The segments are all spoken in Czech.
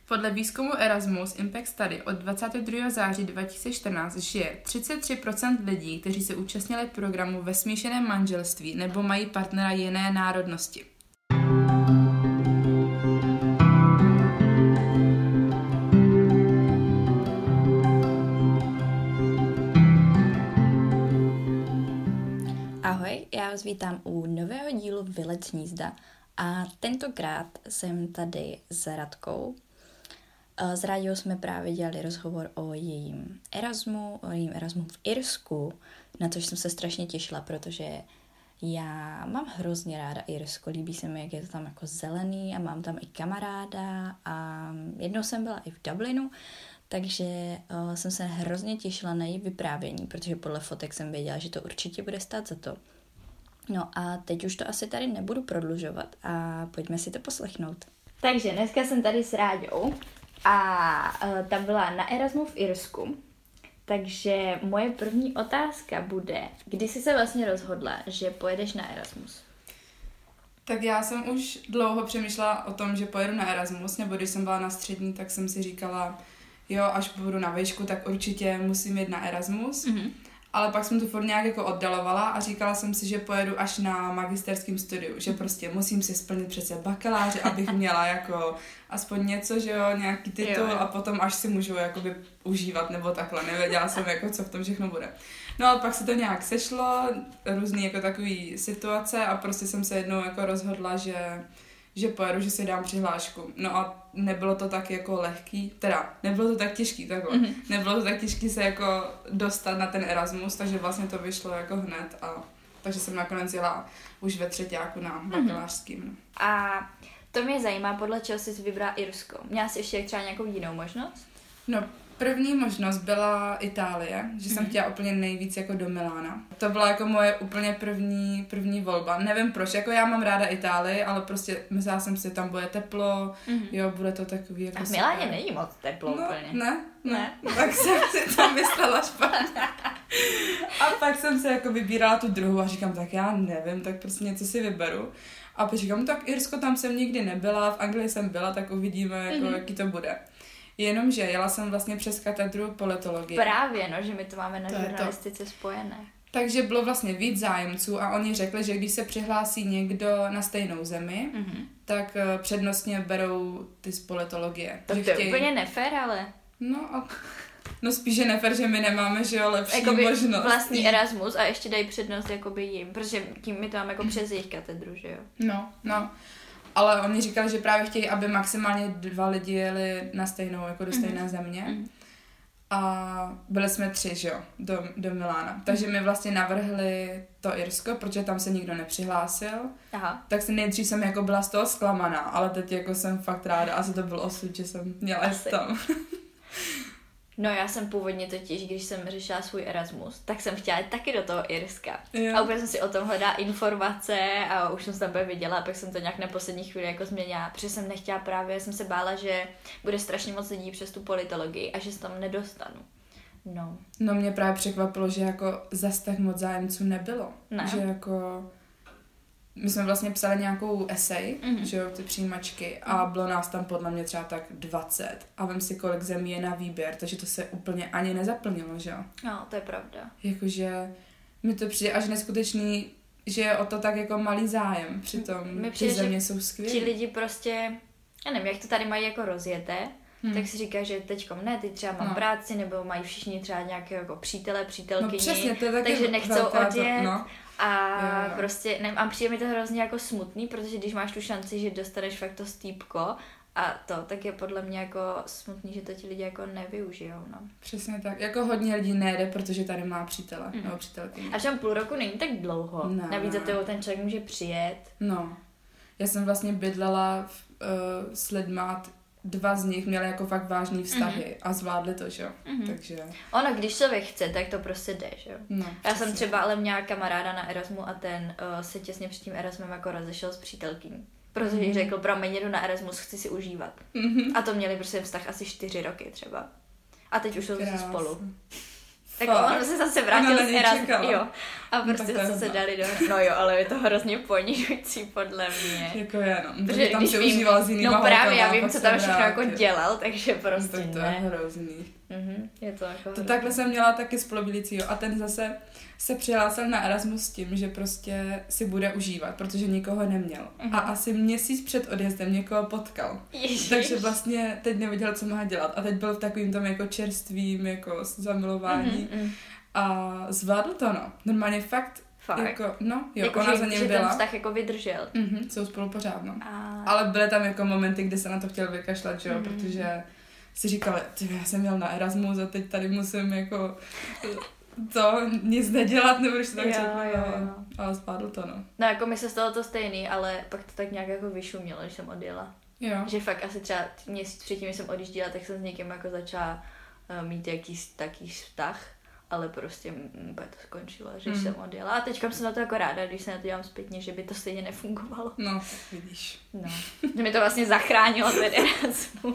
Podle výzkumu Erasmus Impact Study od 22. září 2014 žije 33% lidí, kteří se účastnili programu ve smíšeném manželství nebo mají partnera jiné národnosti. Ahoj, já vás vítám u nového dílu Vylec hnízda a tentokrát jsem tady s Radkou. S Ráďou jsme právě dělali rozhovor o jejím Erasmu v Irsku, na což jsem se strašně těšila, protože já mám hrozně ráda Irsko, líbí se mi, jak je to tam jako zelený a mám tam i kamaráda a jednou jsem byla i v Dublinu, takže jsem se hrozně těšila na její vyprávění, protože podle fotek jsem věděla, že to určitě bude stát za to. No a teď už to asi tady nebudu prodlužovat a pojďme si to poslechnout. Takže dneska jsem tady s Ráďou a ta byla na Erasmu v Irsku. Takže moje první otázka bude, kdy jsi se vlastně rozhodla, že pojedeš na Erasmus? Tak já jsem už dlouho přemýšlela o tom, že pojedu na Erasmus, nebo když jsem byla na střední, tak jsem si říkala, jo, až budu na výšku, tak určitě musím jít na Erasmus. Mm-hmm. Ale pak jsem to furt nějak jako oddalovala a říkala jsem si, že pojedu až na magisterském studiu, že prostě musím si splnit přece bakaláře, abych měla jako aspoň něco, že jo, nějaký titul a potom až si můžu jakoby užívat nebo takhle, nevěděla jsem jako, co v tom všechno bude. No ale pak se to nějak sešlo, různý jako takový situace a prostě jsem se jednou jako rozhodla, že pojedu, že si dám přihlášku. No a nebylo to tak jako lehký, teda nebylo to tak těžký takhle. Mm-hmm. Nebylo to tak těžký se jako dostat na ten Erasmus, takže vlastně to vyšlo jako hned a takže jsem nakonec jela už ve třetíku na bakalářským. No. A to mě zajímá, podle čeho jsi vybrala Irsko. Měla jsi ještě třeba nějakou jinou možnost? No, první možnost byla Itálie, že jsem chtěla úplně nejvíc jako do Milána. To byla jako moje úplně první volba. Nevím proč, jako já mám ráda Itálii, ale prostě myslela jsem si, tam bude teplo, jo, bude to takový jako a v Miláně není moc teplo úplně. Ne. Tak jsem si to myslela špatně. A pak jsem se jako vybírala tu druhou a říkám, tak já nevím, tak prostě něco si vyberu. A pak říkám, tak Irsko, tam jsem nikdy nebyla, v Anglii jsem byla, tak uvidíme, jako, jaký to bude. Jenomže jela jsem vlastně přes katedru politologie. Právě, no, že my to máme na žurnalistice spojené. Takže bylo vlastně víc zájemců a oni řekli, že když se přihlásí někdo na stejnou zemi, tak přednostně berou ty z politologie. To je úplně nefér, ale... No spíš je nefér, že my nemáme, že jo, lepší jakoby možnost. Vlastní Erasmus a ještě dají přednost jakoby jim, protože tím my to máme jako přes jejich katedru, že jo? No. Ale oni říkali, že právě chtějí, aby maximálně 2 lidi jeli na stejnou, jako do stejné země. A byli jsme 3, že jo, do Milána. Takže mi vlastně navrhli to Irsko, protože tam se nikdo nepřihlásil. Aha. Tak se nejdřív jsem jako byla z toho zklamaná, ale teď jako jsem fakt ráda. Asi to byl osud, že jsem měla jít tam. No já jsem původně totiž, když jsem řešila svůj Erasmus, tak jsem chtěla jít taky do toho Irska. Jo. A úplně jsem si o tom hledala informace a už jsem se tam viděla a pak jsem to nějak na poslední chvíli jako změnila, protože jsem nechtěla právě, jsem se bála, že bude strašně moc lidí přes tu politologii a že se tam nedostanu. No mě právě překvapilo, že jako zas tak moc zájemců nebylo. Ne. Že jako... My jsme vlastně psali nějakou esej, že jo, ty přijímačky a bylo nás tam podle mě třeba tak 20 a vem si, kolik zemí je na výběr, takže to se úplně ani nezaplnilo, že jo. No, to je pravda. Jakože mi to přijde až neskutečný, že je o to tak jako malý zájem, přitom ty země jsou skvělé. Ti lidi prostě, já nevím, jak to tady mají jako rozjeté, tak si říká, že teďkom ne, teď třeba mám práci, nebo mají všichni třeba nějaké jako přítele, přítelkyni, no přesně, to je taky takže nechcou odjet. No. A prostě, nevím, a přijde mi to hrozně jako smutný, protože když máš tu šanci, že dostaneš fakt to stýpko a to, tak je podle mě jako smutný, že to ti lidi jako nevyužijou, no. Přesně tak, jako hodně lidí nejde, protože tady má přítele nebo přítelkyni. A všem půl roku není tak dlouho, navíc za tebou ten člověk může přijet. No, já jsem vlastně bydlela s lidma, 2 z nich měli jako fakt vážný vztahy a zvládli to, že jo, takže... Ono, když člověk chce, tak to prostě jde, že jo. No, já jsem třeba ale měla kamaráda na Erasmu a ten se těsně před tím Erasmem jako rozešel s přítelkyní. Protože jí řekl, promiň, jedu na Erasmus, chci si užívat. A to měli prostě vztah asi 4 roky třeba. A teď už jsou zase spolu. Tak on se zase vrátil z Erasmu, jo. A prostě no, zase se dali do... No jo, ale je to hrozně ponižující podle mě. Jako je, no. Protože tam se užíval z jinýma no právě, já holkama, vím, co tam všechno jako dělal, takže prostě tak to ne. je hrozný. Je to jako To takhle jsem měla taky spolubydlícího a ten zase se přihlásil na Erasmus s tím, že prostě si bude užívat, protože nikoho neměl. A asi měsíc před odjezdem někoho potkal. Ježiš. Takže vlastně teď nevěděl, co má dělat. A teď byl v takovým tom jako čerstvým jako zamilování. A zvládl to, no. Normálně fakt. Jako, no, jo, jako, ona že, za něm že byla. ten vztah jako vydržel. Jsou spolu pořád, no. Ale byly tam jako momenty, kdy se na to chtěl vykašlat, že jo, protože si říkal, já jsem měl na Erasmus a teď tady musím jako to nic nedělat, nebo když to tak řeknu, ale zvládl to, no. No jako mi se stalo to stejný, ale pak to tak nějak jako vyšumělo, když jsem odjela. Jo. Že fakt asi třeba měsíc předtím, když jsem odjížděla, tak jsem s někým jako začala mít jakýsi taký vztah, ale prostě to skončilo, že jsem odjela. A teďka jsem na to jako ráda, když se na to dělám zpětně, že by to stejně nefungovalo. No, vidíš. No, že mi to vlastně zachránilo ten Erasmus.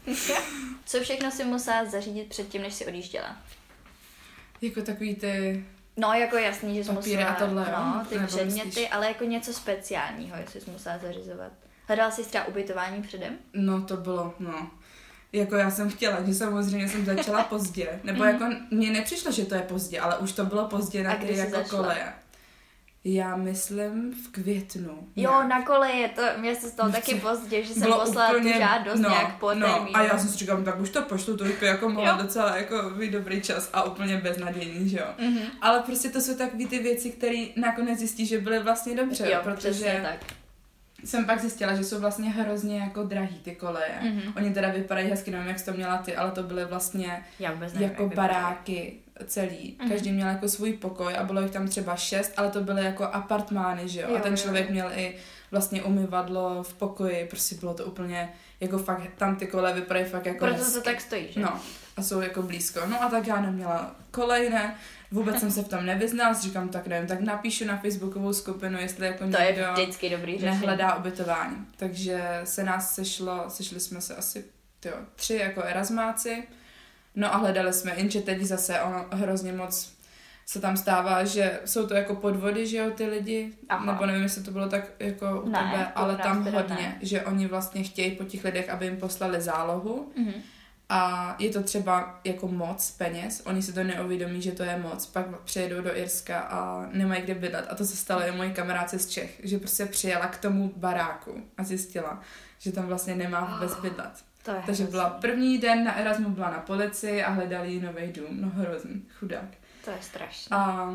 Co všechno si musela zařídit předtím, než si odjížděla? Jako takový ty... No, jako jasný, že jsi musela... a tohle, no, ty nebo předměty, myslíš? ale jako něco speciálního, jestli jsi musela zařizovat. Hledala jsi třeba ubytování předem? No, to bylo, no. Jako já jsem chtěla, že samozřejmě jsem začala pozdě. Nebo jako mně nepřišlo, že to je pozdě, ale už to bylo pozdě na ty jako koleje. Já myslím v květnu. Jo, na koleje, to mě se stalo taky pozdě, že jsem poslala tu žádost nějak po termínu. A já jsem si říkala, tak už to pošlu, to už jako mohla docela jako být dobrý čas a úplně beznadějný, že jo. Ale prostě to jsou takový ty věci, které nakonec zjistí, že byly vlastně dobře, jo, protože tak. Jsem pak zjistila, že jsou vlastně hrozně jako drahý ty koleje. Oni teda vypadají hezky, nevím, jak jsi to měla ty, ale to byly vlastně jako baráky celý. Každý měl jako svůj pokoj a bylo jich tam třeba 6, ale to byly jako apartmány, že jo. A ten člověk měl i vlastně umyvadlo v pokoji, prostě bylo to úplně jako fakt, tam ty koleje vypadají fakt jako proto hezky. to tak stojí, že? No, a jsou jako blízko. No a tak já neměla kolej, ne. Vůbec jsem se v tom nevyznala, říkám, tak nevím, tak napíšu na facebookovou skupinu, jestli jako to někdo je vždycky dobrý řešení. Nehledá ubytování. Takže se nás sešli jsme se asi 3 jako erasmáci, no a hledali jsme, jenže teď zase ono hrozně moc se tam stává, že jsou to jako podvody, že jo, ty lidi, nebo nevím, jestli to bylo tak jako u tebe, ale tam hodně, že oni vlastně chtějí po těch lidech, aby jim poslali zálohu, a je to třeba jako moc peněz, oni si to neuvědomí, že to je moc, pak přijedou do Irska a nemají kde bydlet. A to se stalo i mojí kamarádce z Čech, že prostě přijela k tomu baráku a zjistila, že tam vlastně nemá vůbec bydlet. Takže byla první den na Erasmu, byla na policii a hledali jí nový dům. No hrozný, chudák. To je strašné.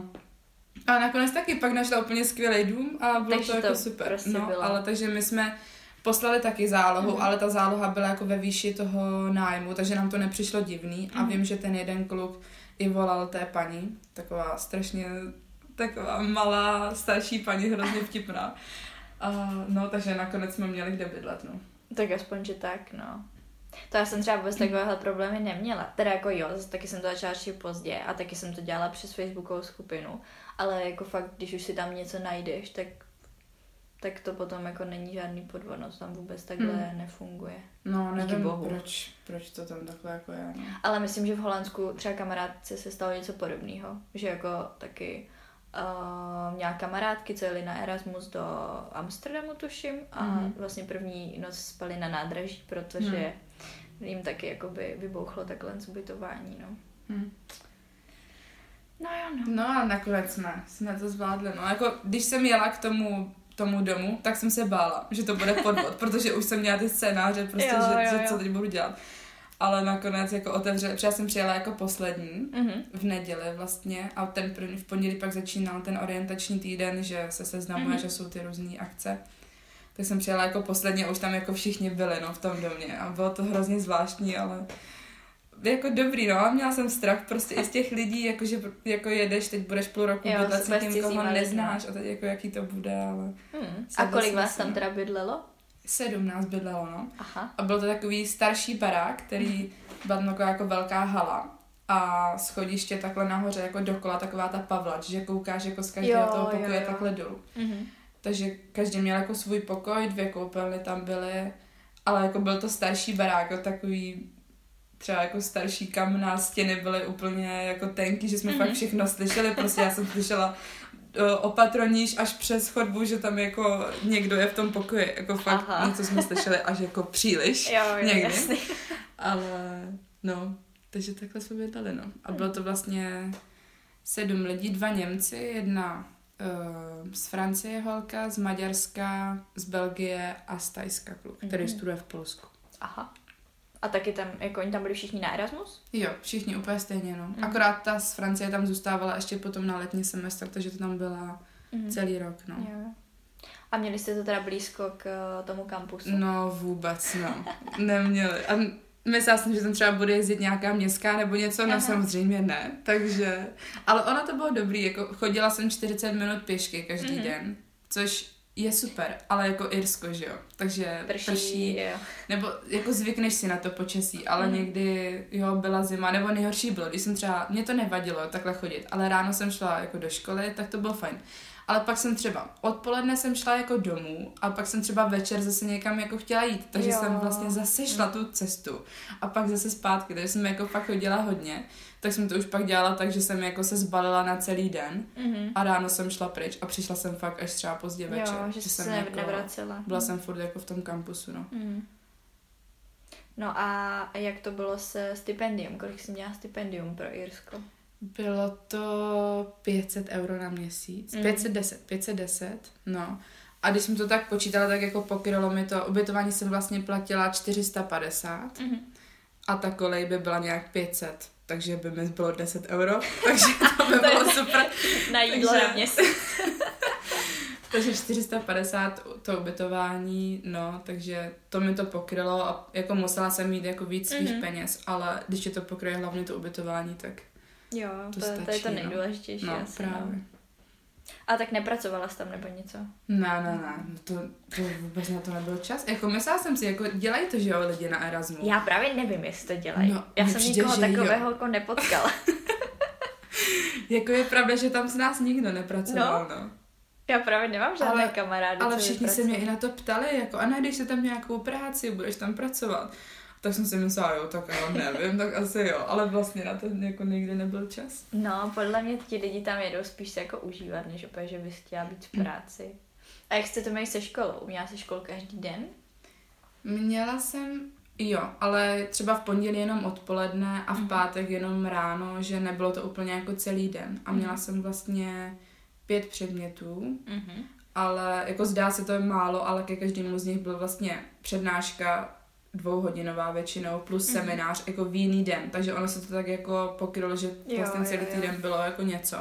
A nakonec taky pak našla úplně skvělý dům a bylo takže to jako super. Prostě no, bylo. ale takže my jsme poslali taky zálohu, ale ta záloha byla jako ve výši toho nájmu, takže nám to nepřišlo divný a vím, že ten jeden kluk i volal té paní, taková strašně taková malá, starší paní, hrozně vtipná. No, takže nakonec jsme měli kde bydlet, no. Tak aspoň, že tak, no. To já jsem třeba vůbec takovéhle problémy neměla. Teda jako jo, taky jsem to začala řešit pozdě a taky jsem to dělala přes facebookovou skupinu, ale jako fakt, když už si tam něco najdeš, tak to potom jako není žádný podvodnost, tam vůbec takhle nefunguje. No, nevím, proč to tam takhle jako je. No. Ale myslím, že v Holandsku třeba kamarádce se stalo něco podobného, že jako taky měla kamarádky, co jeli na Erasmus do Amsterdamu, tuším, a vlastně první noc spali na nádraží, protože jim taky jakoby vybouchlo takhle z ubytování, no. No jo, no. No a nakonec jsme to zvládli, no. Jako, když jsem jela k tomu domu, tak jsem se bála, že to bude podvod, protože už jsem měla ty scénáře, prostě, že co teď budu dělat. Ale nakonec jako otevřeli, protože já jsem přijela jako poslední v neděli vlastně a v pondělí pak začínal ten orientační týden, že se seznamuje, že jsou ty různé akce. Tak jsem přijela jako poslední a už tam jako všichni byli, no, v tom domě a bylo to hrozně zvláštní, ale jako dobrý, no, a měla jsem strach prostě i z těch lidí, jakože jako jedeš, teď budeš půl roku bydlet s tím, koho neznáš a teď jako jaký to bude, ale... A kolik vás tam teda bydlelo? 17 bydlelo, no. Aha. A byl to takový starší barák, který byl jako velká hala a schodiště takhle nahoře jako dokola, taková ta pavlač, že koukáš jako z každého toho pokoje takhle dolů. Takže každý měl jako svůj pokoj, 2 koupelny tam byly, ale jako byl to starší barák, takový třeba jako starší, kam na stěny byly úplně jako tenky, že jsme fakt všechno slyšeli, prostě já jsem slyšela opatroníš až přes chodbu, že tam jako někdo je v tom pokoji, jako fakt něco jsme slyšeli až jako příliš někdy. Jasný. Ale no, takže takhle jsme bydleli, no. A bylo to vlastně 7 lidí, 2 Němci, 1 z Francie holka, z Maďarska, z Belgie a z Thajska kluk, který studuje v Polsku. Aha. A taky tam, jako oni tam byli všichni na Erasmus? Jo, všichni úplně stejně, no. Akorát ta z Francie tam zůstávala ještě potom na letní semestr, takže to tam byla celý rok, no. Jo. A měli jste to teda blízko k tomu kampusu? No vůbec, no. Neměli. A myslela jsem, že tam třeba bude jezdit nějaká městská nebo něco, no samozřejmě ne, takže... Ale ono to bylo dobrý, jako chodila jsem 40 minut pěšky každý den, což je super, ale jako Irsko, že jo, takže prší jo. Nebo jako zvykneš si na to počasí, ale někdy, jo, byla zima, nebo nejhorší bylo, když jsem třeba, mě to nevadilo takhle chodit, ale ráno jsem šla jako do školy, tak to bylo fajn. Ale pak jsem třeba, odpoledne jsem šla jako domů a pak jsem třeba večer zase někam jako chtěla jít, takže jsem vlastně zase šla tu cestu a pak zase zpátky, takže jsem jako fakt chodila hodně, tak jsem to už pak dělala tak, že jsem jako se zbalila na celý den a ráno jsem šla pryč a přišla jsem fakt až třeba pozdě večer. Jo, že jsem se jako nevracela. Byla jsem furt jako v tom kampusu, no. No a jak to bylo se stipendiem? Kolik jsi měla stipendium pro Irsko? Bylo to 500 € na měsíc. 510, no. A když jsem to tak počítala, tak jako pokrylo mi to, ubytování jsem vlastně platila 450 a ta kolej by byla nějak 500, takže by mi bylo 10 €, takže to by bylo super. Na jídlo na měsíc. Takže 450 to ubytování, no, takže to mi to pokrylo a jako musela jsem mít jako víc svých peněz, ale když je to pokryje hlavně to ubytování, tak jo, to stačí, to je to nejdůležitější. No, asi, právě. No. A tak nepracovala jsi tam nebo něco? Ne, to vůbec na to nebyl čas. Jako myslela jsem si, jako dělají to, že jo, lidi na Erasmu. Já právě nevím, jestli to dělají. No, já jsem nikoho takového jako nepotkala. Jako je pravda, že tam z nás nikdo nepracoval, no. Já právě nemám žádné kamarády. Ale všichni se mě i na to ptali, jako a najdeš se tam nějakou práci, budeš tam pracovat. Tak jsem si myslela, jo, tak já nevím, tak asi jo, ale vlastně na to jako nikdy nebyl čas. No, podle mě ti lidi tam jedou spíš se jako užívat, než opět, že bys chtěla být v práci. A jak jste to měli se školou? Měla jsi školu každý den? Měla jsem, jo, ale třeba v pondělí jenom odpoledne a v pátek jenom ráno, že nebylo to úplně jako celý den. A měla jsem vlastně 5 předmětů, ale jako zdá se to málo, ale ke každému z nich byl vlastně přednáška 2hodinová většinou, plus seminář jako v jiný den, takže ono se to tak jako pokrylo, že vlastně celý týden bylo jako něco.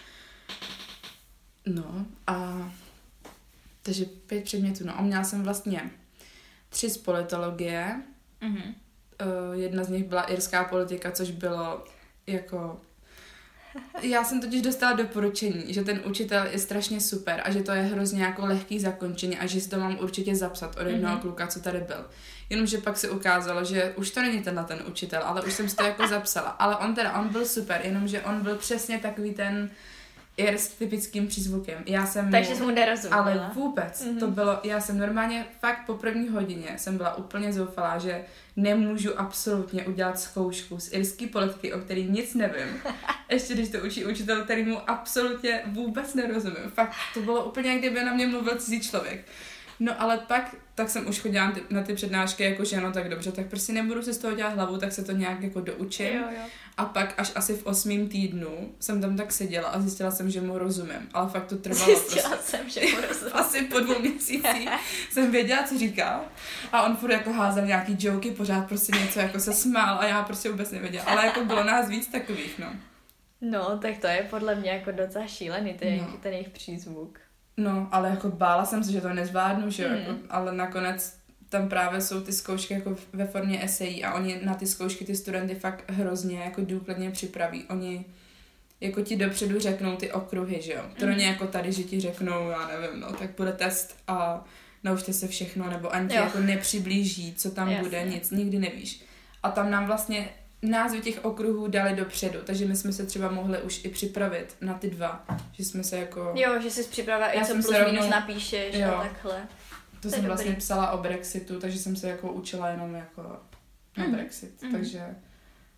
No a takže 5 předmětů, no a měla jsem vlastně 3 z politologie, jedna z nich byla irská politika, což bylo jako... Já jsem totiž dostala doporučení, že ten učitel je strašně super a že to je hrozně jako lehký zakončení a že si to mám určitě zapsat od jednoho kluka, co tady byl. Jenomže pak se ukázalo, že už to není ten učitel, ale už jsem si to jako zapsala. Ale on byl super, jenomže on byl přesně takový ten Ir s typickým přízvukem. Takže jsem mu nerozuměla. Ale vůbec. To bylo, já jsem normálně fakt po první hodině jsem byla úplně zoufalá, že nemůžu absolutně udělat zkoušku z irské politiky, o který nic nevím. Ještě když to učí učitel, který mu absolutně vůbec nerozumím. Fakt to bylo úplně, jak kdyby na mě mluvil cizí člověk. No ale pak, tak jsem už chodila na ty přednášky, jakože no tak dobře, tak prostě nebudu si z toho dělat hlavu, tak se to nějak jako doučím. Jo. A pak až asi v 8. týdnu jsem tam tak seděla a zjistila jsem, že mu rozumím. Ale fakt to trvalo Zjistila jsem, že mu rozumím. Asi po 2 měsících jsem věděla, co říká. A on furt jako házel nějaký joky, pořád prostě něco jako se smál a já prostě vůbec nevěděla. Ale jako bylo nás víc takových, no. No, tak to je podle mě jako docela šílený, ten jejich přízvuk. No, ale jako bála jsem se, že to nezvládnu, že jo, jako, ale nakonec tam právě jsou ty zkoušky jako ve formě esejí a oni na ty zkoušky ty studenty fakt hrozně jako důkladně připraví. Oni jako ti dopředu řeknou ty okruhy, že jo. To není jako tady, že ti řeknou, já nevím, no, tak bude test a naučte se všechno, nebo ani ti jako nepřiblíží, co tam bude, nic, nikdy nevíš. A tam nám vlastně názvy těch okruhů dali dopředu, takže my jsme se třeba mohli už i připravit na ty 2, že jsme se jako... Jo, že jsi připravila i co plus minus napíšeš a takhle. To jsem vlastně psala o Brexitu, takže jsem se jako učila jenom jako na Brexit, takže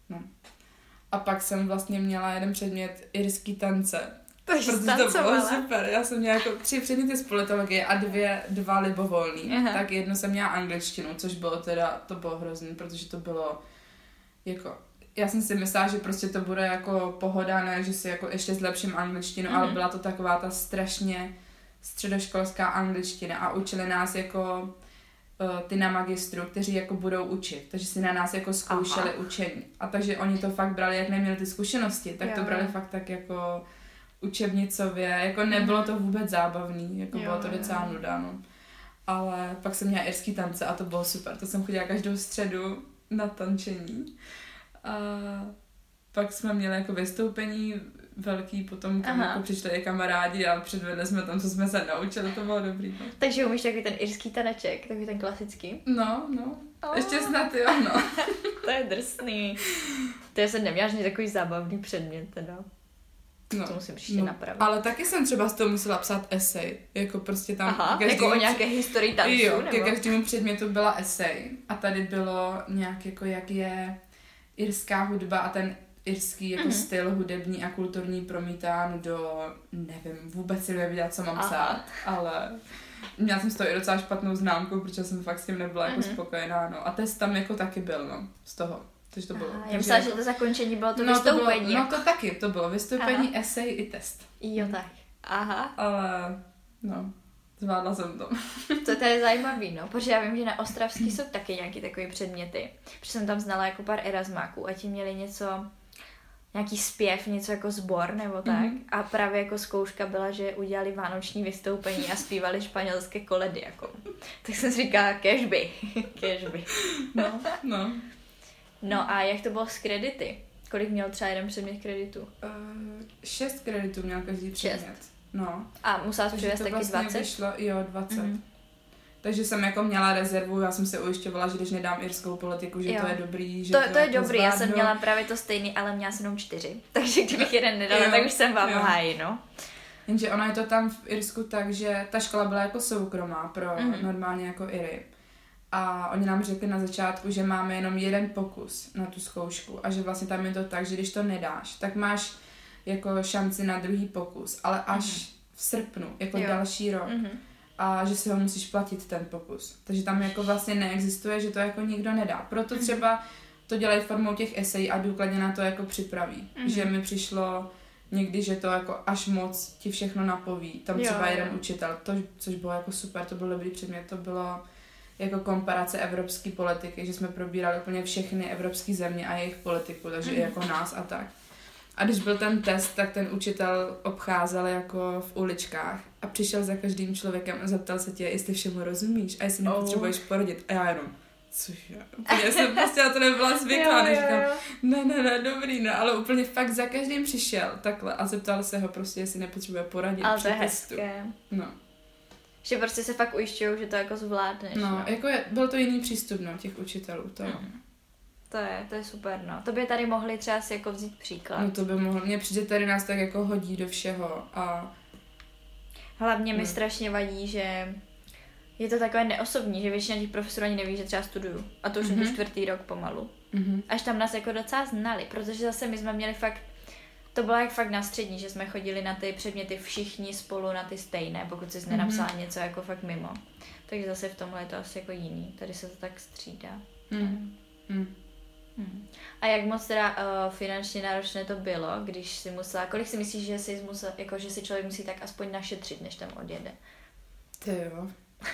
No. A pak jsem vlastně měla jeden předmět irský tance. Takže protože to bylo super. Já jsem měla jako 3 předměty z politologie a 2 libovolný. Aha. Tak jedno jsem měla angličtinu, což bylo teda, to bylo hrozný, protože to bylo jako, já jsem si myslela, že prostě to bude jako pohoda, ne, že si jako ještě zlepším angličtinu, ale byla to taková ta strašně středoškolská angličtina a učili nás jako ty na magistru, kteří jako budou učit, takže si na nás jako zkoušeli učení. A takže oni to fakt brali, jak neměli ty zkušenosti, tak to brali fakt tak jako učebnicově, jako nebylo to vůbec zábavný, jako bylo to docela nuda, no. Ale pak jsem měla irský tance a to bylo super, to jsem chodila každou středu na tančení. A pak jsme měli jako vystoupení velký, potom jako přišli i kamarádi a předvedli jsme tam, co jsme se naučili, to bylo dobrý. No. Takže umíš takový ten irský taneček, takový ten klasický? No. Ještě snad jo, no. To je drsný. To jsem neměla žádný takový zábavný předmět, teda. No, to musím příště napravit. Ale taky jsem třeba z toho musela psát esej. Jako prostě tam... Jako o nějaké historii tanců, jo, nebo? ke každému předmětu byla esej. A tady bylo nějak jako, jak je irská hudba a ten irský jako styl hudební a kulturní promítán do, nevím, vůbec si nevěděla, co mám psát, ale měla jsem z toho i docela špatnou známku, protože jsem fakt s tím nebyla jako spokojená, no. A test tam jako taky byl, no, z toho. Takže to bylo. Já myslela, že to zakončení bylo to vystoupení. To taky, to bylo vystoupení, esej i test. Jo, tak. Aha. Ale, no, zvládla jsem to. To je zajímavý, no, protože já vím, že na Ostravský jsou taky nějaký takový předměty. Protože jsem tam znala jako pár erasmáků a ti měli něco, nějaký zpěv, něco jako sbor nebo tak. A právě jako zkouška byla, že udělali vánoční vystoupení a zpívali španělské koledy, jako. Tak jsem si říkala, cashby. No. No a jak to bylo s kredity? Kolik měl třeba jeden předmět kreditu? 6 kreditů měl každý předmět. 6. No. A musela jsi přivést taky vlastně 20? Vyšlo, jo, 20. Takže jsem jako měla rezervu, já jsem se ujišťovala, že když nedám irskou politiku, že to je dobrý. Že to je jako dobrý, já jsem měla právě to stejný, ale měla jsem jenom 4. Takže kdybych jeden nedala, tak už jsem vám v háji, no. Jenže ono je to tam v Irsku tak, že ta škola byla jako soukromá pro normálně jako Iry. A oni nám řekli na začátku, že máme jenom jeden pokus na tu zkoušku a že vlastně tam je to tak, že když to nedáš, tak máš jako šanci na druhý pokus, ale až v srpnu, jako další rok. A že si ho musíš platit ten pokus. Takže tam jako vlastně neexistuje, že to jako nikdo nedá. Proto třeba to dělají formou těch esejí a důkladně na to jako připraví. Že mi přišlo někdy, že to jako až moc ti všechno napoví. Tam třeba jeden učitel, což bylo jako super, to byl dobrý předmět, to bylo jako komparace evropské politiky, že jsme probírali úplně všechny evropské země a jejich politiku, takže i jako nás a tak. A když byl ten test, tak ten učitel obcházel jako v uličkách a přišel za každým člověkem a zeptal se tě, jestli všemu rozumíš a jestli nepotřebuješ porodit. A já jenom, cože? Úplně jsem prostě na to nebyla zvyklá, než říkám, ne, dobrý, no, ale úplně fakt za každým přišel takhle a zeptal se ho prostě, jestli nepotřebuje poradit při testu. No. Že prostě se fakt ujišťují, že to jako zvládneš. No, jako byl to jiný přístup, no, těch učitelů, to jo. To je super, no. To by tady mohli třeba si jako vzít příklad. No to by mohlo. Mně přijde tady nás tak jako hodí do všeho a... Hlavně mi strašně vadí, že je to takové neosobní, že většina těch profesorů ani neví, že třeba studuju. A to už je 4. rok pomalu. Až tam nás jako docela znali, protože zase my jsme měli fakt, to bylo jak fakt na střední, že jsme chodili na ty předměty všichni spolu na ty stejné, pokud jsi nenapsala něco jako fakt mimo. Takže zase v tomhle je to asi jako jiný. Tady se to tak střídá. A jak moc teda finančně náročné to bylo, když si musela, kolik si myslíš, že si musela, jako že si člověk musí tak aspoň našetřit, než tam odjede? To jo.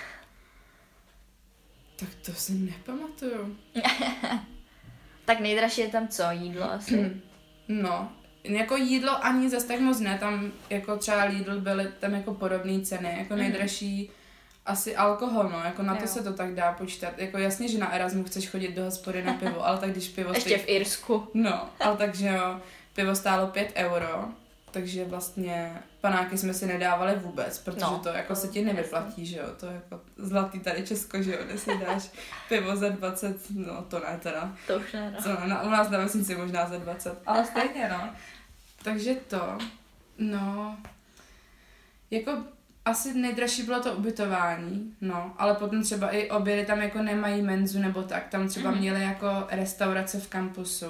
Tak to si nepamatuju. Tak nejdražší je tam co? Jídlo asi? No, jako jídlo ani zas tak moc ne, tam jako třeba Lidl byly tam jako podobné ceny, jako nejdražší asi alkohol, no, jako na to se to tak dá počítat. Jako jasně, že na Erasmu chceš chodit do hospody na pivo, ale tak když pivo ještě v Irsku. No, ale takže jo, pivo stálo 5 €, takže vlastně panáky jsme si nedávali vůbec, protože to jako se ti nevyplatí, že jo, to jako zlatý tady Česko, že jo, kde si dáš pivo za 20, no to ne teda. To už ne, no. Co, u nás na vesnici možná za 20, ale stejně, no. Takže to, no, jako asi nejdražší bylo to ubytování, no, ale potom třeba i obědy tam jako nemají menzu nebo tak, tam třeba měli jako restaurace v kampusu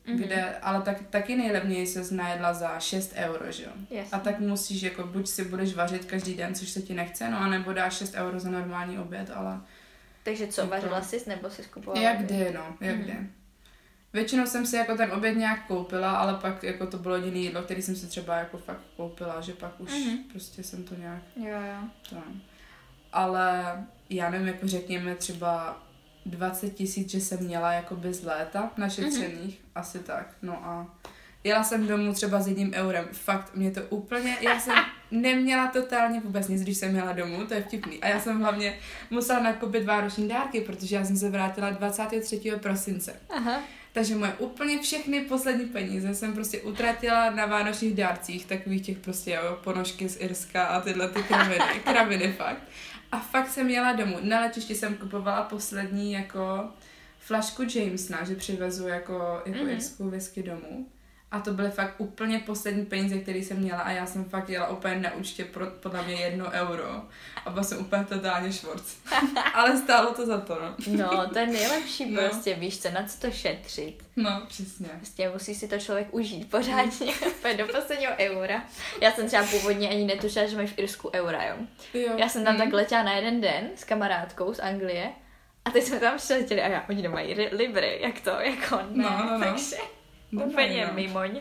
kde, ale taky nejlevněji se najedla za 6 euro, že jo. Jasně. A tak musíš, jako buď si budeš vařit každý den, což se ti nechce, no, anebo dáš 6 euro za normální oběd, ale... Takže co, vařila jsi, nebo jsi skupovala? Jak kdy, no, jak kdy. Většinou jsem si jako ten oběd nějak koupila, ale pak jako to bylo jediné jídlo, který jsem si třeba jako fakt koupila, že pak už prostě jsem to nějak... Jo. To. Ale já nevím, jako řekněme třeba 20 000, že jsem měla jakoby z léta našetřených, asi tak, no a jela jsem domů třeba s 1 eurem, fakt mě to úplně, já jsem neměla totálně vůbec nic, když jsem jela domů, to je vtipný, a já jsem hlavně musela nakoupit vánoční dárky, protože já jsem se vrátila 23. prosince. Aha. Takže moje úplně všechny poslední peníze jsem prostě utratila na vánočních dárcích, takových těch prostě, jo, ponožky z Irska a tyhle ty kraviny fakt. A fakt jsem jela domů. Na letišti jsem kupovala poslední jako flašku Jamesona, že přivezu jako irskou whisky domů. A to byly fakt úplně poslední peníze, které jsem měla a já jsem fakt jela úplně na účtě podle mě 1 euro. A byla jsem úplně totálně švorc. Ale stálo to za to, no. No, to je nejlepší prostě, víš co, na co to šetřit. No, přesně. Prostě musí si to člověk užít pořádně, do posledního eura. Já jsem třeba původně ani netušila, že mají v Irsku eura, jo. Já jsem tam tak letěla na jeden den s kamarádkou z Anglie a teď jsme tam přiletěli a oni nemají libry, jak to, jako ne, no. takže úplně mimoň.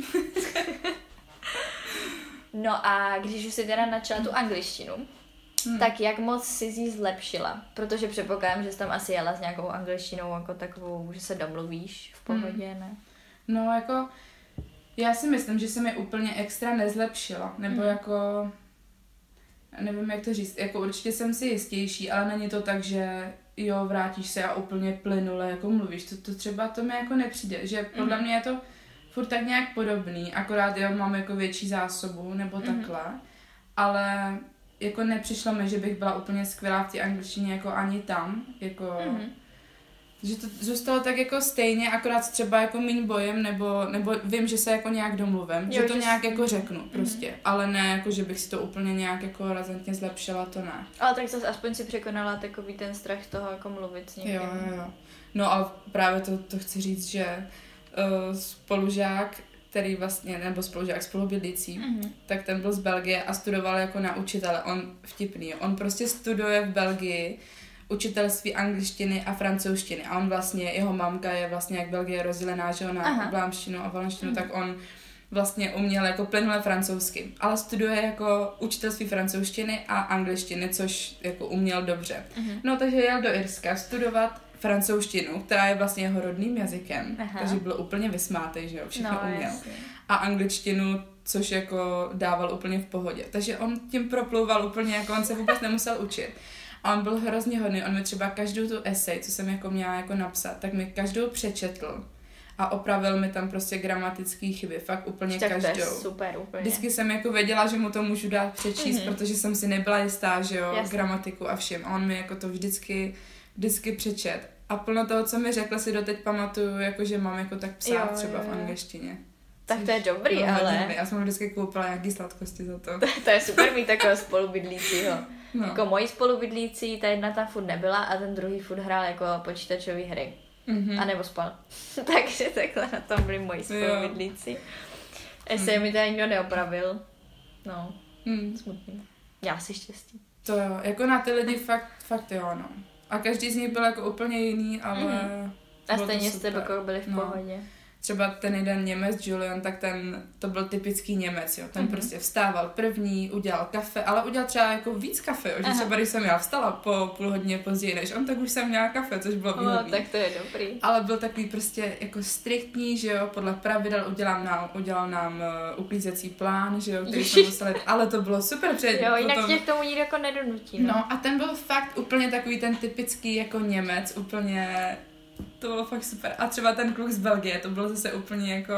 No a když už si teda načala tu angličtinu, tak jak moc jsi z ní zlepšila? Protože předpokládám, že jsi tam asi jela s nějakou angličtinou jako takovou, že se domluvíš v pohodě, ne? No jako, já si myslím, že jsem je úplně extra nezlepšila, nebo jako, nevím jak to říct, jako určitě jsem si jistější, ale není to tak, že jo, vrátíš se a úplně plynule jako mluvíš, to třeba to mi jako nepřijde, že podle mě je to furt tak nějak podobný, akorát jo, mám jako větší zásobu, nebo takhle, ale jako nepřišlo mi, že bych byla úplně skvělá v té angličtině jako ani tam, jako, že to zůstalo tak jako stejně, akorát třeba jako míň bojem, nebo vím, že se jako nějak domluvím, že to nějak jako řeknu prostě, ale ne jako, že bych si to úplně nějak jako razantně zlepšila, to ne. Ale tak zase aspoň si překonala takový ten strach z toho jako mluvit s někým. Jo. No a právě to chci říct, že spolužák, který vlastně, nebo spolubydlící, tak ten byl z Belgie a studoval jako na učitele. On vtipný, on prostě studuje v Belgii učitelství angličtiny a francouzštiny. A on vlastně, jeho mamka je vlastně, jak Belgie je rozdělená, že na vlámštinu a valonštinu, tak on vlastně uměl jako plynule francouzsky. Ale studuje jako učitelství francouzštiny a angličtiny, což jako uměl dobře. No takže jel do Irska studovat francouzštinu, která je vlastně jeho rodným jazykem, takže byl úplně vysmátej, že jo, všechno uměl. Jasně. A angličtinu, což jako dával úplně v pohodě. Takže on tím proplouval úplně, jako on se vůbec nemusel učit. A on byl hrozně hodný, on mi třeba každou tu esej, co jsem jako měla jako napsat, tak mi každou přečetl a opravil mi tam prostě gramatické chyby, fakt úplně tak každou. To je super, úplně. Vždycky jsem jako věděla, že mu to můžu dát přečíst, protože jsem si nebyla jistá, že jo, gramatiku a všem. A on mi jako to vždycky přečet. A plno toho, co mi řekl, si doteď pamatuju, jako že mám jako tak psát třeba v angličtině. Tak to je dobrý, ale... Já jsem vždycky koupila nějaký sladkosti za to. To je super mít takového spolubydlícího. No. Jako moji spolubydlící, ta jedna tam furt nebyla a ten druhý furt hrál jako počítačové hry. A nebo spal. Takže takhle na tom byli moji spolubydlící. Jestli mi to nikdo neopravil. No, smutný. Já si štěstí. To jo, jako na ty lidi fakt jo, no. A každý z nich byl jako úplně jiný, ale... A stejně jste jako byli v pohodě. Třeba ten jeden Němec, Julian, tak to byl typický Němec, jo. Ten prostě vstával první, udělal kafe, ale udělal třeba jako víc kafe, jo. Že třeba když jsem já vstala po půl hodině později než on, tak už jsem měla kafe, což bylo výhodný. Tak to je dobrý. Ale byl takový prostě jako striktní, že jo, podle pravidel udělal nám uklízecí plán, že jo, který jsme museli, ale to bylo super před. Jo, jinak potom... tě k tomu nikdo jako nedonutí. No a ten byl fakt úplně takový ten typický jako Němec, úplně... To bylo fakt super. A třeba ten kluk z Belgie, to byl zase úplně jako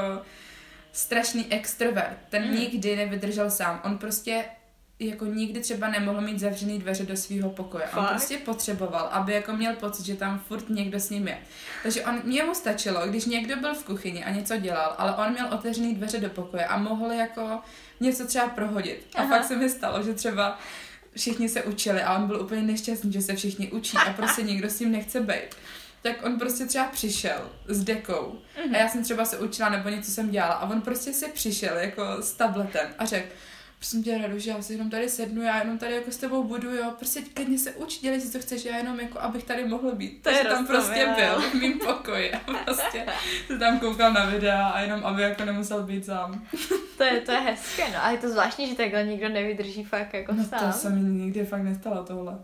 strašný extrovert. Ten nikdy nevydržel sám. On prostě jako nikdy třeba nemohl mít zavřený dveře do svého pokoje. On prostě potřeboval, aby jako měl pocit, že tam furt někdo s ním je. Takže jemu stačilo, když někdo byl v kuchyni a něco dělal, ale on měl otevřený dveře do pokoje a mohl jako něco třeba prohodit. A fakt se mi stalo, že třeba všichni se učili a on byl úplně nešťastný, že se všichni učí a prostě nikdo s ním nechce bejt. tak on prostě třeba přišel s dekou a já jsem třeba se učila nebo něco jsem dělala a on prostě si přišel jako s tabletem a řekl, prosím tě, Radu, že já si jenom tady sednu, já jenom tady jako s tebou budu, jo, prostě klidně se uč, dělej si, co chceš, já jenom jako, abych tady mohl být. Takže tam prostě byl v mým pokoji a prostě se tam koukal na videa a jenom, aby jako nemusel být sám. To je hezké, no, a je to zvláštní, že takhle nikdo nevydrží fakt jako sám. No to se mi nikdy fakt nestalo tohle.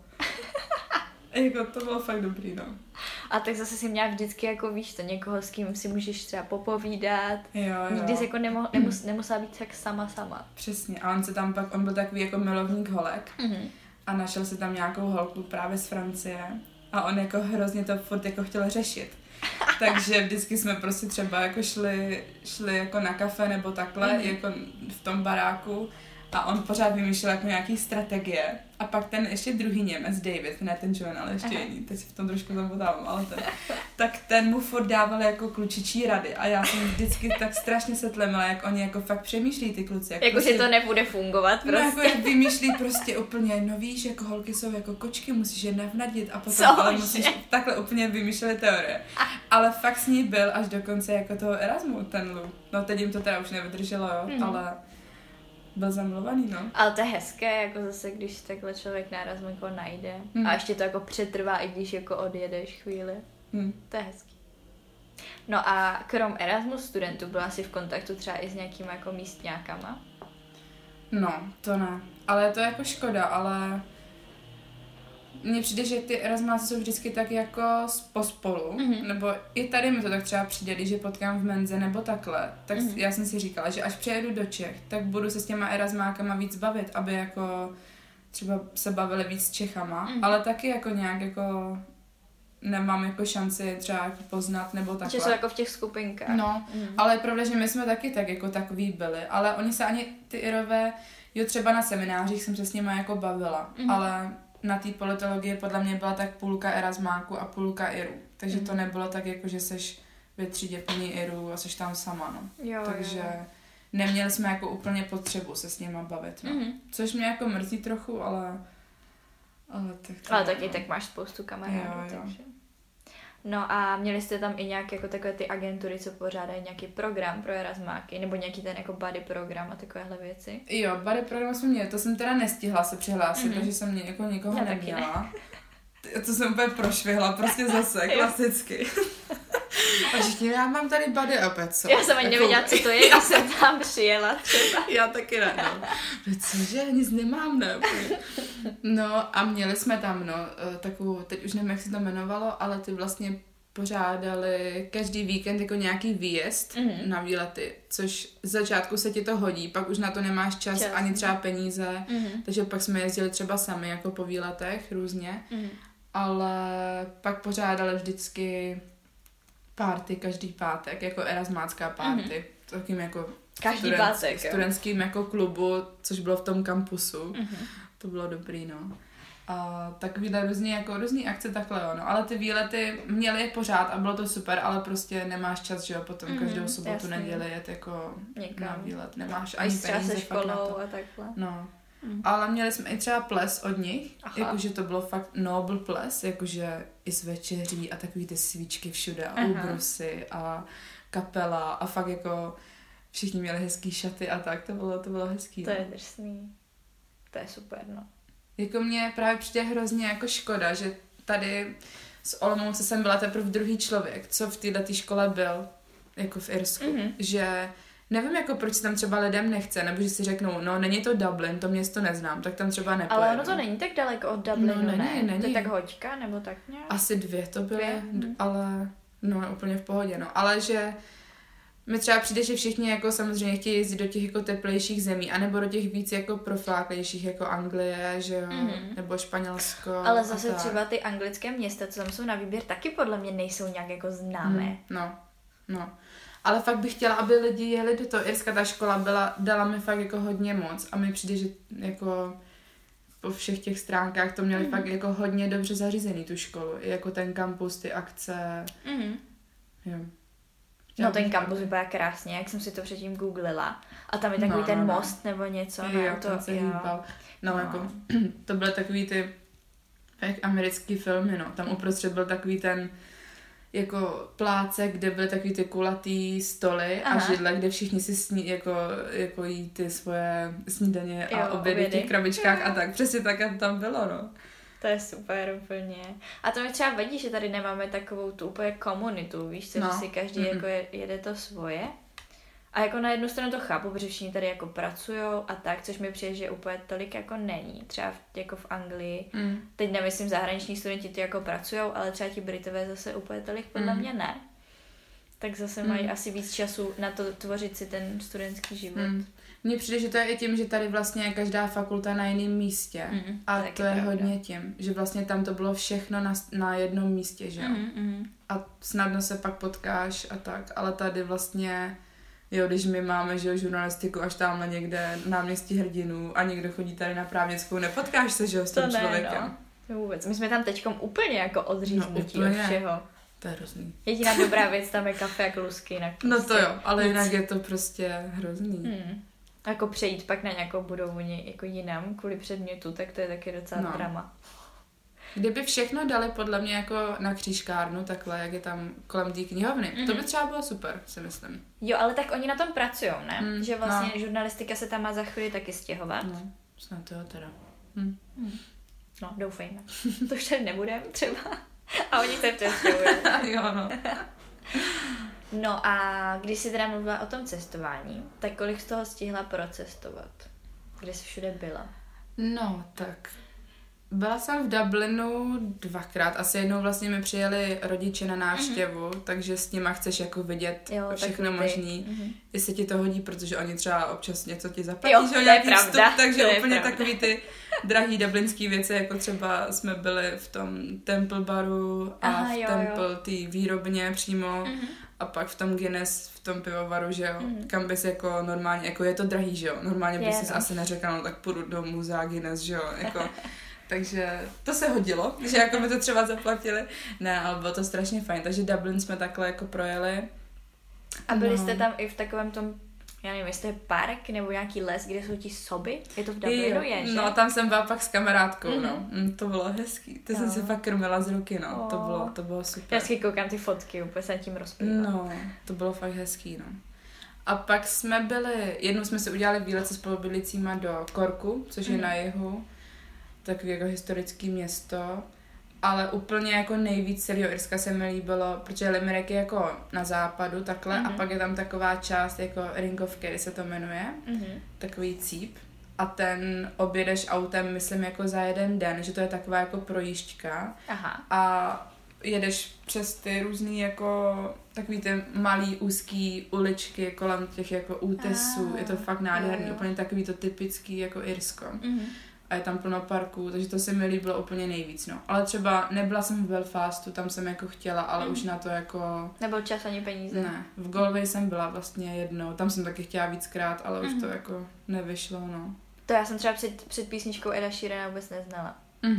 Jako to bylo fakt dobrý, no. A tak zase si měla vždycky jako víš to, někoho, s kým si můžeš třeba popovídat. Jo. Nikdy jsi jako nemusela být tak sama. Přesně. A on byl takový jako milovník holek. A našel si tam nějakou holku právě z Francie. A on jako hrozně to furt jako chtěl řešit. Takže vždycky jsme prostě třeba jako šli jako na kafe nebo takhle, jako v tom baráku. A on pořád vymýšlel jako nějaký strategie. A pak ten ještě druhý Němec, David, ne ten Joan, ale ještě jiný, teď si v tom trošku zamotávám, ale tak ten mu furt dával jako klučičí rady. A já jsem vždycky tak strašně se tlemila, jak oni jako fakt přemýšlí ty kluci. Jako prostě, že to nebude fungovat prostě. No jako jak vymýšlí prostě úplně, no víš, jako holky jsou jako kočky, musíš je navnadit a potom ale musíš takhle úplně vymýšlet teorie. Ale fakt s ní byl až do konce jako toho Erasmu, ten Lou. No teď jim to teda už nevydrželo, jo, ale byl zamluvaný, no. Ale to je hezké, jako zase, když takhle člověk na Erasmu jako najde. A ještě to jako přetrvá, i když jako odjedeš chvíli. To je hezký. No a krom Erasmus studentů byla jsi v kontaktu třeba i s nějakýma jako místňákama? No, to ne. Ale to je jako škoda, ale mně přijde, že ty Erasmáci jsou vždycky tak jako pospolu, nebo i tady mi to tak třeba přijde, když je potkám v menze nebo takhle, tak já jsem si říkala, že až přijedu do Čech, tak budu se s těma Erasmákama víc bavit, aby jako třeba se bavili víc s Čechama, ale taky jako nějak jako nemám jako šanci třeba jako poznat nebo takhle. Že jsou jako v těch skupinkách. No, ale je pravda, že my jsme taky tak jako takový byli, ale oni se ani ty Irové, jo třeba na seminářích jsem se s nimi jako bavila, ale na té politologii podle mě byla tak půlka Erasmáku a půlka Irů. Takže to nebylo tak jako, že seš ve třídě plný Irů a seš tam sama, no. Takže neměli jsme jako úplně potřebu se s nima bavit, no. Což mě jako mrzí trochu, ale tak to ale taky tak máš spoustu kamarádů, takže. No a měli jste tam i nějaké jako takové ty agentury, co pořádají nějaký program pro Erasmáky, nebo nějaký ten jako buddy program a takovéhle věci? Jo, buddy program jsme měli, to jsem teda nestihla se přihlásit, takže jsem jako nikoho neměla. To jsem úplně prošvihla, prostě zase, klasicky. A všichni, já mám tady buddy opět, co? Já jsem ani nevěděla, co to je, když jsem tam přijela třeba. Já taky ne, no. Cože, nic nemám, ne? No a měli jsme tam, no, takovou, teď už nevím, jak se to jmenovalo, ale ty vlastně pořádali každý víkend jako nějaký výjezd na výlety, což z začátku se ti to hodí, pak už na to nemáš čas. Ani třeba peníze, takže pak jsme jezdili třeba sami jako po výletech různě, ale pak pořádali vždycky party každý pátek, jako erasmácká party, takým jako studentským jako klubu, což bylo v tom kampusu. To bylo dobrý, no. A takovýhle různý akce takhle, jo, no. Ale ty výlety měly je pořád a bylo to super, ale prostě nemáš čas, že jo, potom každou sobotu, neděli jet jako na výlet. Nemáš ani peníze fakt na to. A takhle. No. Ale měli jsme i třeba ples od nich, jakože to bylo fakt noble ples, jakože i s večeří a takový ty svíčky všude a úbrusy a kapela a fakt jako všichni měli hezký šaty a tak, to bylo hezký. To je drsný. To je super, no. Jako mě právě přijde hrozně jako škoda, že tady z Olomouce jsem byla teprve druhý člověk, co v této škole byl, jako v Irsku, že nevím, jako proč se tam třeba lidem nechce, nebo že si řeknou, no není to Dublin, to město neznám, tak tam třeba nepojedu. Ale ono to není tak daleko od Dublinu, no, není. To je tak hoďka, nebo tak nějak? Asi 2 to byly, ale no úplně v pohodě, no. Ale že mi třeba přijde, že všichni jako samozřejmě chtějí jezdit do těch jako teplejších zemí, anebo do těch víc jako profláklejších, jako Anglie, že jo, nebo Španělsko. Ale zase třeba ty anglické města, co tam jsou na výběr, taky podle mě nejsou nějak jako známé. No. Ale fakt bych chtěla, aby lidi jeli do toho. Irska, ta škola dala mi fakt jako hodně moc a mi přijde, že jako po všech těch stránkách to měli fakt jako hodně dobře zařízený tu školu. I jako ten kampus, ty akce. Jo. No ten kampus vypadá krásně, jak jsem si to předtím googlila. A tam je takový ten most nebo něco. Jo, to se hýbal. No, jako to byly takový ty jak americký filmy, no. Tam uprostřed byl takový ten jako pláce, kde byly takový ty kulatý stoly a židle, kde všichni si jako jí ty svoje snídaně a obědy v těch krabičkách a tak. Přesně tak tam bylo, no. To je super úplně. A to mi třeba vadí, že tady nemáme takovou tu úplně komunitu, víš co, že si každý jako jede to svoje. A jako na jednu stranu to chápu, protože všichni tady jako pracujou a tak, což mi přijde, že úplně tolik jako není. Třeba jako v Anglii, teď nemyslím zahraniční studenti ty jako pracujou, ale třeba ti Britové zase úplně tolik podle mě ne. Tak zase mají asi víc času na to tvořit si ten studentský život. Mně přijde, že to je i tím, že tady vlastně je každá fakulta na jiném místě. A to je hodně tím, že vlastně tam to bylo všechno na jednom místě, že jo. A snadno se pak potkáš a tak, ale tady vlastně, jo, když my máme, že jo, žurnalistiku až tamhle někde náměstí Hrdinů a někdo chodí tady na právnickou, nepotkáš se, že jo, s tím člověkem. No. Vůbec. My jsme tam teďkom úplně jako odříznutí od všeho. To je hrozný. Jediná dobrá věc tam je kafe a klusky. Prostě no to jo, ale jinak je to prostě hrozný. Jako přejít pak na nějakou budovu jako jinam kvůli předmětu, tak to je taky docela drama. Kdyby všechno dali podle mě jako na křížkárnu, takhle, jak je tam kolem té knihovny, to by třeba bylo super, si myslím. Jo, ale tak oni na tom pracují, ne? Že vlastně žurnalistika se tam má za chvíli taky stěhovat. No, snad jo teda. No, doufejme. To už tady nebudeme třeba. A oni se přestěhují. Jo, no. No a když jsi teda mluvila o tom cestování, tak kolik z toho stihla procestovat? Kde jsi všude byla? No, tak byla jsem v Dublinu 2krát. Asi jednou vlastně mi přijeli rodiče na návštěvu, takže s nima chceš jako vidět všechno možný. Jestli ti to hodí, protože oni třeba občas něco ti zaplatí, že nějaký vstup, takže úplně takový ty drahý dublinský věci, jako třeba jsme byli v tom Temple baru a v Temple té výrobně přímo a pak v tom Guinness, v tom pivovaru, že jo, kam bys jako normálně, jako je to drahý, že jo, normálně bys si asi neřekla, no tak půjdu do muzea Guinness, že jo, jako... Takže to se hodilo, že jako mi to třeba zaplatili. Ne, ale bylo to strašně fajn. Takže Dublin jsme takhle jako projeli. A byli jste tam i v takovém tom, já nevím, jestli to je park nebo nějaký les, kde jsou ti soby? Je to v Dublinu, že? No, tam jsem byla pak s kamarádkou, no. To bylo hezký. To jsem si fakt krmila z ruky, no. To bylo super. Já si koukám ty fotky, úplně jsem tím rozplývala. No, to bylo fakt hezký, no. A pak jsme byli, jednou jsme si udělali výlet se spolubydlícíma do Corku, což je na jihu. Takový jako historický město, ale úplně jako nejvíc celého Irska se mi líbilo, protože Limerick je jako na západu takhle a pak je tam taková část jako Ring of Kerry se to jmenuje, takový cíp a ten objedeš autem, myslím, jako za jeden den, že to je taková jako projížďka a jedeš přes ty různý jako takový ty malý úzký uličky kolem těch jako útesů, je to fakt nádherný, úplně takový to typický jako Irsko. A je tam plno parků, takže to se mi líbilo úplně nejvíc, no. Ale třeba nebyla jsem v Belfastu, tam jsem jako chtěla, ale už na to jako... Nebyl čas ani peníze. Ne, v Galway jsem byla vlastně jednou, tam jsem taky chtěla víckrát, ale už to jako nevyšlo, no. To já jsem třeba před písničkou Eda Sheerana vůbec neznala.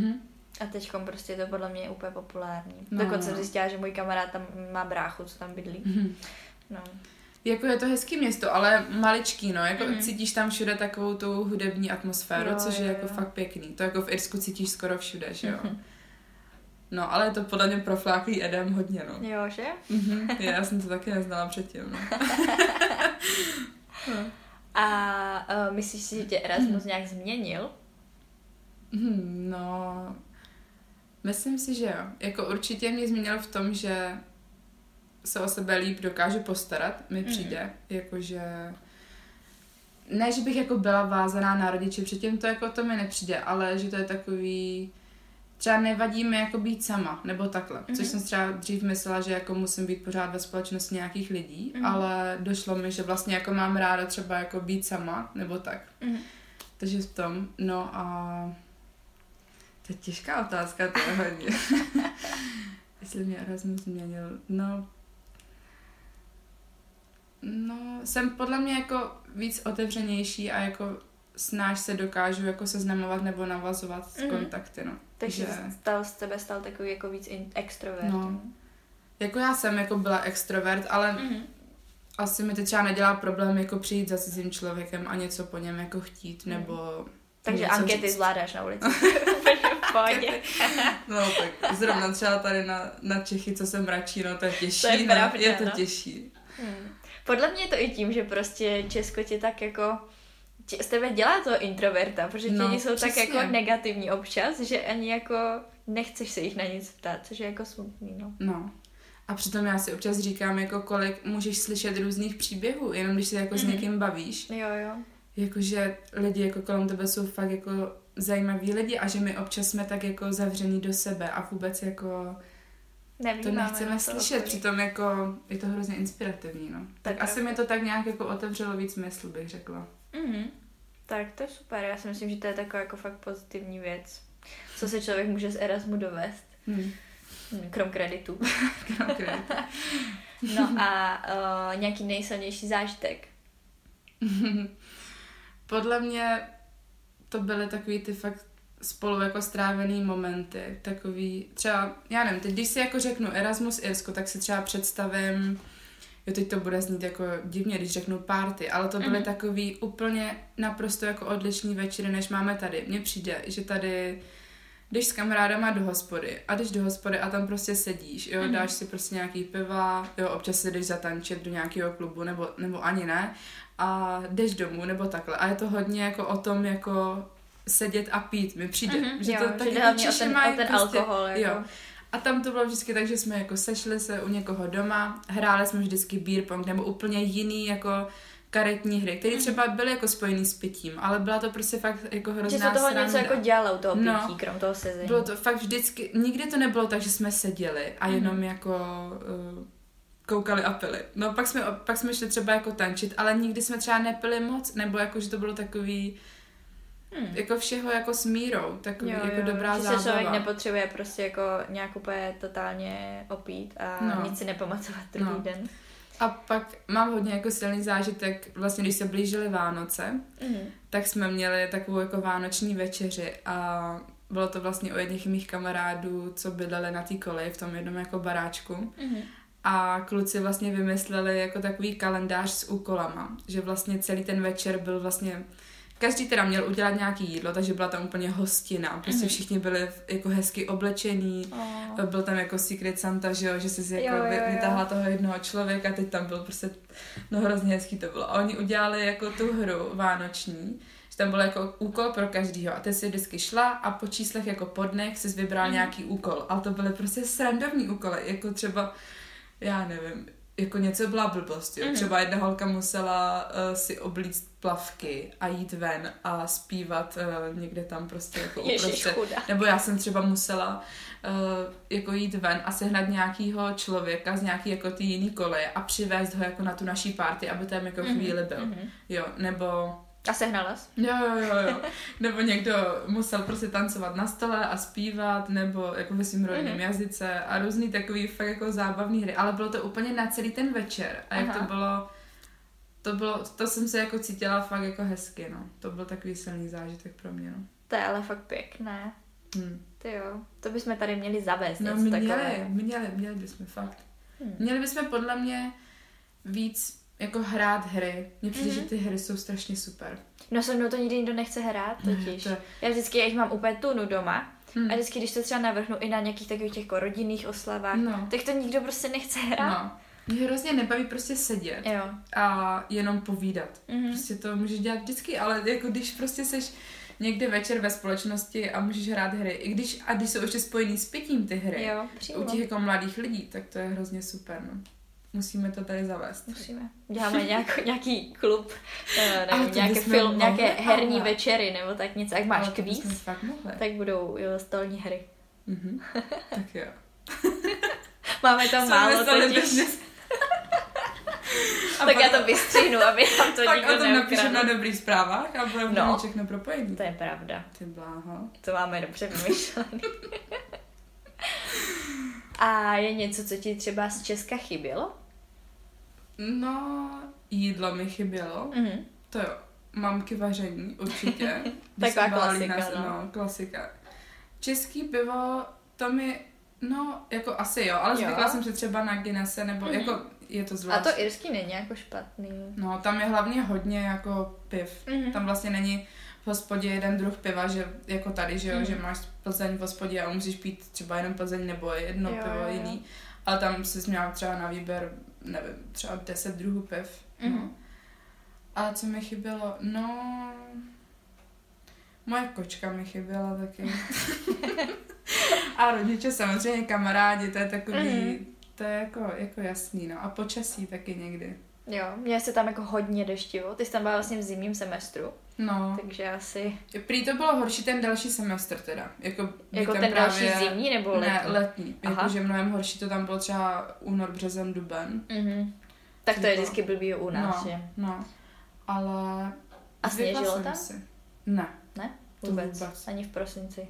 A teďkom prostě je to podle mě úplně populární. Dokonce jsem zjistila, že můj kamarád tam má bráchu, co tam bydlí. No. Jako je to hezký město, ale maličký, no, jako cítíš tam všude takovou tu hudební atmosféru, což je jako fakt pěkný. To jako v Irsku cítíš skoro všude, že jo. No, ale je to podle mě profláklý Edem hodně, no. Jo, že? Já jsem to taky neznala předtím, no. A myslíš si, že tě Erasmus nějak změnil? No, myslím si, že jo. Jako určitě mě změnil v tom, že se o sebe líp dokážu postarat, mi přijde, jakože ne, že bych jako byla vázaná na rodiče, předtím to jako to mi nepřijde, ale že to je takový, třeba nevadí mi jako být sama, nebo takhle, což jsem třeba dřív myslela, že jako musím být pořád ve společnosti nějakých lidí, ale došlo mi, že vlastně jako mám ráda třeba jako být sama, nebo tak. Takže v tom, no a to je těžká otázka, to je hodně. Jestli mě Erasmus změnil, no, jsem podle mě jako víc otevřenější a jako snáš se dokážu jako seznamovat nebo navazovat s kontakty, no. Takže z tebe stal takový jako víc extrovert. No. Jako já jsem jako byla extrovert, ale asi mi teď třeba nedělá problém jako přijít za cizím člověkem a něco po něm jako chtít, nebo... Takže ankety zvládáš na ulici. pohodě. No tak zrovna třeba tady na Čechy, co jsem mračí, no to je těžší. To je pravda, je to těžší. Podle mě je to i tím, že prostě Česko tě tak jako z tebe dělá toho introverta, protože ti lidi jsou tak jako negativní občas, že ani jako nechceš se jich na nic ptát, což je jako smutný, no. No. A přitom já si občas říkám, jako kolik můžeš slyšet různých příběhů, jenom když se jako s někým bavíš. Jo. Jakože lidi jako kolem tebe jsou fakt jako zajímaví lidi a že my občas jsme tak jako zavření do sebe a vůbec jako to nechceme slyšet, přitom jako je to hrozně inspirativní, no. Tak asi mi to tak nějak jako otevřelo víc mysl, bych řekla. Tak to je super, já si myslím, že to je taková jako fakt pozitivní věc, co se člověk může z Erasmu dovést. Krom kreditu. No a nějaký nejsilnější zážitek? Podle mě to byly takový ty fakt spolu jako strávený momenty, takový, třeba, já nevím, teď když si jako řeknu Erasmus Irsko, tak si třeba představím, jo, teď to bude znít jako divně, když řeknu party, ale to byly takový úplně naprosto jako odlišný večery, než máme tady. Mně přijde, že tady jdeš s kamarádama do hospody a jdeš do hospody a tam prostě sedíš, jo, dáš si prostě nějaký piva, jo, občas si jdeš zatančit do nějakého klubu, nebo ani ne, a jdeš domů, nebo takhle. A je to hodně jako o tom, jako sedět a pít, mi přijde. Že to taky Češi mají ten prostě, alkohol, jako. Jo. A tam to bylo vždycky tak, že jsme jako sešli se u někoho doma, hráli jsme vždycky beer pong, nebo úplně jiný jako karetní hry, které třeba byly jako spojený s pitím, ale byla to prostě fakt jako hrozná sranda. Že se toho něco jako dělalo u toho pití, krom toho sezení. Bylo to fakt vždycky, nikdy to nebylo tak, že jsme seděli a jenom jako koukali a pili. No pak jsme šli třeba jako tančit, ale nikdy jsme třeba nepili moc, nebo jako, že to bylo takový jako všeho jako s mírou, takový jako dobrá zábava. Že se člověk nepotřebuje prostě jako nějak úplně totálně opít a nic si nepamatovat druhý den. A pak mám hodně jako silný zážitek, vlastně když se blížily Vánoce, tak jsme měli takovou jako vánoční večeři a bylo to vlastně u jedných mých kamarádů, co bydleli na té koleji v tom jednom jako baráčku. A kluci vlastně vymysleli jako takový kalendář s úkolama, že vlastně celý ten večer byl vlastně, každý teda měl udělat nějaký jídlo, takže byla tam úplně hostina, prostě všichni byli jako hezky oblečení, byl tam jako Secret Santa, že jo, že jsi jako vytáhla toho jednoho člověka, teď tam byl prostě, no hrozně hezký to bylo. A oni udělali jako tu hru vánoční, že tam byl jako úkol pro každýho a ty si vždycky šla a po číslech jako po dnech jsi vybral nějaký úkol, ale to byly prostě srandovní úkoly, jako třeba, já nevím, jako něco byla blbost, jo. Třeba jedna holka musela si oblíct plavky a jít ven a zpívat někde tam prostě jako uprostřed. Nebo já jsem třeba musela jako jít ven a sehnat nějakýho člověka z nějaký jako ty jiný koleje a přivést ho jako na tu naší party, aby tam jako chvíli byl. Jo, nebo... A sehnala jsi? Jo. Nebo někdo musel prostě tancovat na stole a zpívat, nebo jako ve svým rodném jazyce a různý takový fakt jako zábavný hry, ale bylo to úplně na celý ten večer a jak to jsem se jako cítila fakt jako hezky, no. To byl takový silný zážitek pro mě, no. To je ale fakt pěkné. Ty jo, to bychom tady měli zavést něco takové. Měli bychom fakt. Měli bychom podle mě víc jako hrát hry. Mně přijde, že ty hry jsou strašně super. No se mnou to nikdy nikdo nechce hrát, totiž. Já vždycky, já jich mám úplně tunu doma a vždycky, když to třeba navrhnu i na nějakých takových těch rodinných oslavách, tak to nikdo prostě nechce hrát. No. Mě hrozně nebaví prostě sedět a jenom povídat. Prostě to můžeš dělat vždycky, ale jako když prostě seš někde večer ve společnosti a můžeš hrát hry, když jsou ještě spojený s pitím ty hry, u těch jako mladých lidí, tak to je hrozně super, no. Musíme to tady zavést. Musíme. Děláme nějaký klub, nevím, nějaké herní večery, nebo tak něco. Jak máš kvíz, tak budou stolní hry. Tak jo. Máme tam málo totiž. Tak já to vystřihnu, aby tam to nikdo neukradl. Pak o tom napíšem na dobrých zprávách a budeme mít všechno propojení. To je pravda. Ty bláho. To máme dobře vymyšlené. A je něco, co ti třeba z Česka chybělo? No, jídlo mi chybělo. To jo, mamky vaření, určitě. Taková klasika, no, klasika. Český pivo, to mi, no, jako asi jo, ale zvykla jsem se třeba na Guinnesse, nebo jako je to zvláštní. A to irský není jako špatný. No, tam je hlavně hodně jako piv. Tam vlastně není v hospodě jeden druh piva, že jako tady, že jo, že máš Plzeň v hospodě a musíš pít třeba jenom Plzeň nebo jedno pivo jiný. Ale tam jsi měla třeba na výběr, nevím, třeba 10 druhů piv. No. A co mi chybělo? No, moje kočka mi chyběla taky. A rodiče samozřejmě, kamarádi, to je takový, to je jako jasný, no. A počasí taky někdy. Jo, měla se tam jako hodně deštivo, ty jsi tam byla vlastně v zimním semestru. No. Takže asi... Prý to bylo horší ten další semestr teda. Jako ten další zimní nebo letní? Ne, letní. Jakože mnohem horší to tam bylo třeba únor, březen, duben. Tak to je vždycky blbý u nás, že? No, ale... A sněžilo tam? Ne. Ne? Vůbec. Ani v prosinci?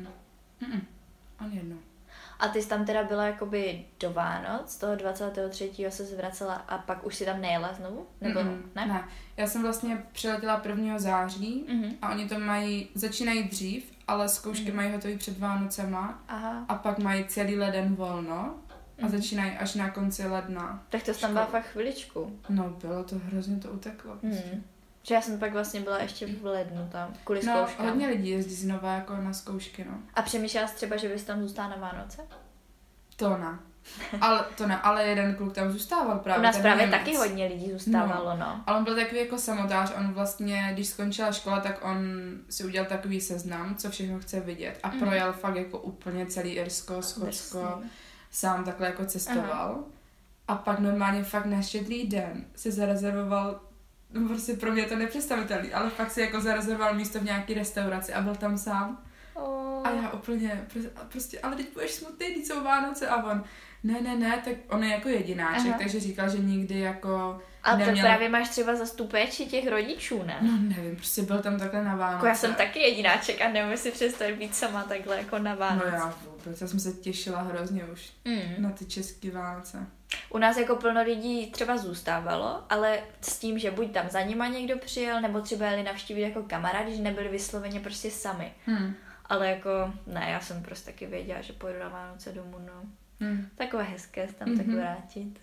Ani jednou. A ty jsi tam teda byla jakoby do Vánoc, toho 23. se zvracela a pak už si tam nejela znovu? Nebo ne? Ne. Já jsem vlastně přiletěla 1. září a oni to začínají dřív, ale zkoušky mají hotový před Vánocema. Aha. A pak mají celý leden volno a začínají až na konci ledna. Tak to jsi tam byla fakt chviličku. No, bylo to hrozně, to uteklo. Že já jsem pak vlastně byla ještě v lednu tam, kvůli zkouškám. No, hodně lidí jezdí znova jako na zkoušky, no. A přemýšlela jsi třeba, že bys tam zůstala na Vánoce? To ne, ale jeden kluk tam zůstával právě. U nás právě Němec. Taky hodně lidí zůstávalo, no. Ale on byl takový jako samotář, on vlastně, když skončila škola, tak on si udělal takový seznam, co všechno chce vidět a projel fakt jako úplně celý Irsko, Skotsko, sám takhle jako cestoval. A pak normálně fakt na Štědrý den si zarezervoval, no prostě pro mě to nepředstavitelný, ale fakt si jako zarezervoval místo v nějaký restauraci a byl tam sám. A já úplně, prostě, ale teď budeš smutný, teď jsou Vánoce a on, ne, tak on je jako jedináček, takže říkal, že nikdy jako ale neměl... to právě máš třeba zastupéči těch rodičů, ne? No nevím, prostě byl tam takhle na Vánoce. Jako já jsem taky jedináček a nemůžu si představit být sama takhle jako na Vánoce. No já vůbec, já jsem se těšila hrozně už na ty české Vánoce. U nás jako plno lidí třeba zůstávalo, ale s tím, že buď tam za nima někdo přijel, nebo třeba jeli navštívit jako kamarádi, že nebyli vysloveně prostě sami. Ale jako, ne, já jsem prostě taky věděla, že pojedu na Vánoce domů, no. Takové hezké se tam tak vrátit.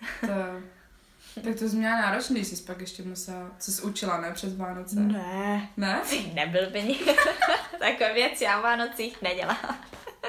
Tak to jsi měla náročný, jsi pak ještě musela, co jsi učila, ne, přes Vánoce? Ne? Nebyl by ní. Takové věci já v Vánocích nedělám.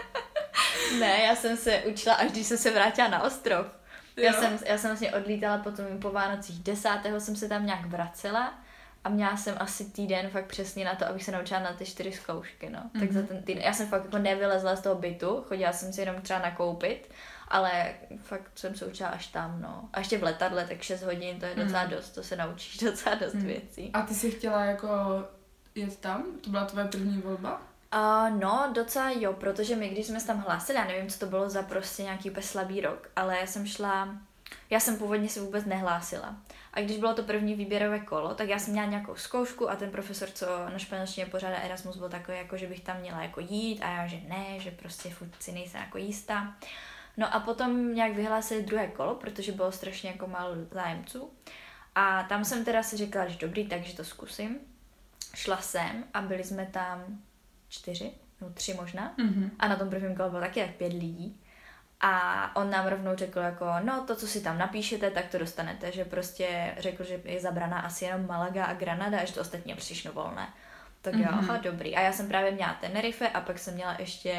Ne, já jsem se učila, až když jsem se vrátila na ostrov. Já jsem vlastně odlítala potom po Vánocích 10. jsem se tam nějak vracela a měla jsem asi týden fakt přesně na to, abych se naučila na ty 4 zkoušky, no. Tak za ten týden, já jsem fakt jako nevylezla z toho bytu, chodila jsem si jenom třeba nakoupit, ale fakt jsem se učila až tam, no. A ještě v letadle, tak 6 hodin, to je docela dost, to se naučíš docela dost věcí. A ty jsi chtěla jako jet tam? To byla tvoje první volba? No, docela jo, protože my, když jsme se tam hlásili, já nevím, co to bylo za prostě nějaký úplně slabý rok, ale já jsem původně se vůbec nehlásila. A když bylo to první výběrové kolo, tak já jsem měla nějakou zkoušku a ten profesor, co na španělštině pořádá Erasmus, byl takový, jako, že bych tam měla jako jít a já, že ne, že prostě furt si nejsem jako jistá. No a potom nějak vyhlásili druhé kolo, protože bylo strašně jako málo zájemců. A tam jsem teda si říkala, že dobrý, takže to zkusím. Šla jsem a byli jsme tam 4, no 3 možná. A na tom prvním kole bylo taky tak 5 lidí. A on nám rovnou řekl jako, no to, co si tam napíšete, tak to dostanete, že prostě řekl, že je zabraná asi jenom Malaga a Granada a že to ostatně přišlo volné. Tak jo, aha, dobrý. A já jsem právě měla Tenerife a pak jsem měla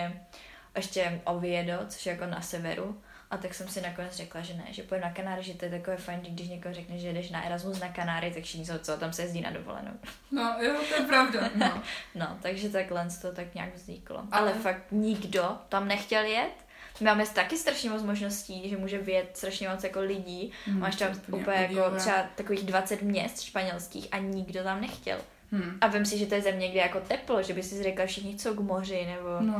ještě Oviedo, což je jako na severu. A tak jsem si nakonec řekla, že ne, že pojedu na Kanáry, že to je takové fajn, že když někoho řekne, že jdeš na Erasmus na Kanáry, tak všichni co tam se jezdí na dovolenou. No jo, to je pravda. No, takže takhle to tak nějak vzniklo. Ale fakt nikdo tam nechtěl jet. My máme taky strašně moc možností, že může vyjet strašně moc jako lidí. Máš tam úplně jako třeba takových 20 měst španělských a nikdo tam nechtěl. A vem si, že to je země, kde je jako teplo, že by si řekla, všichni jsou k moři, nebo...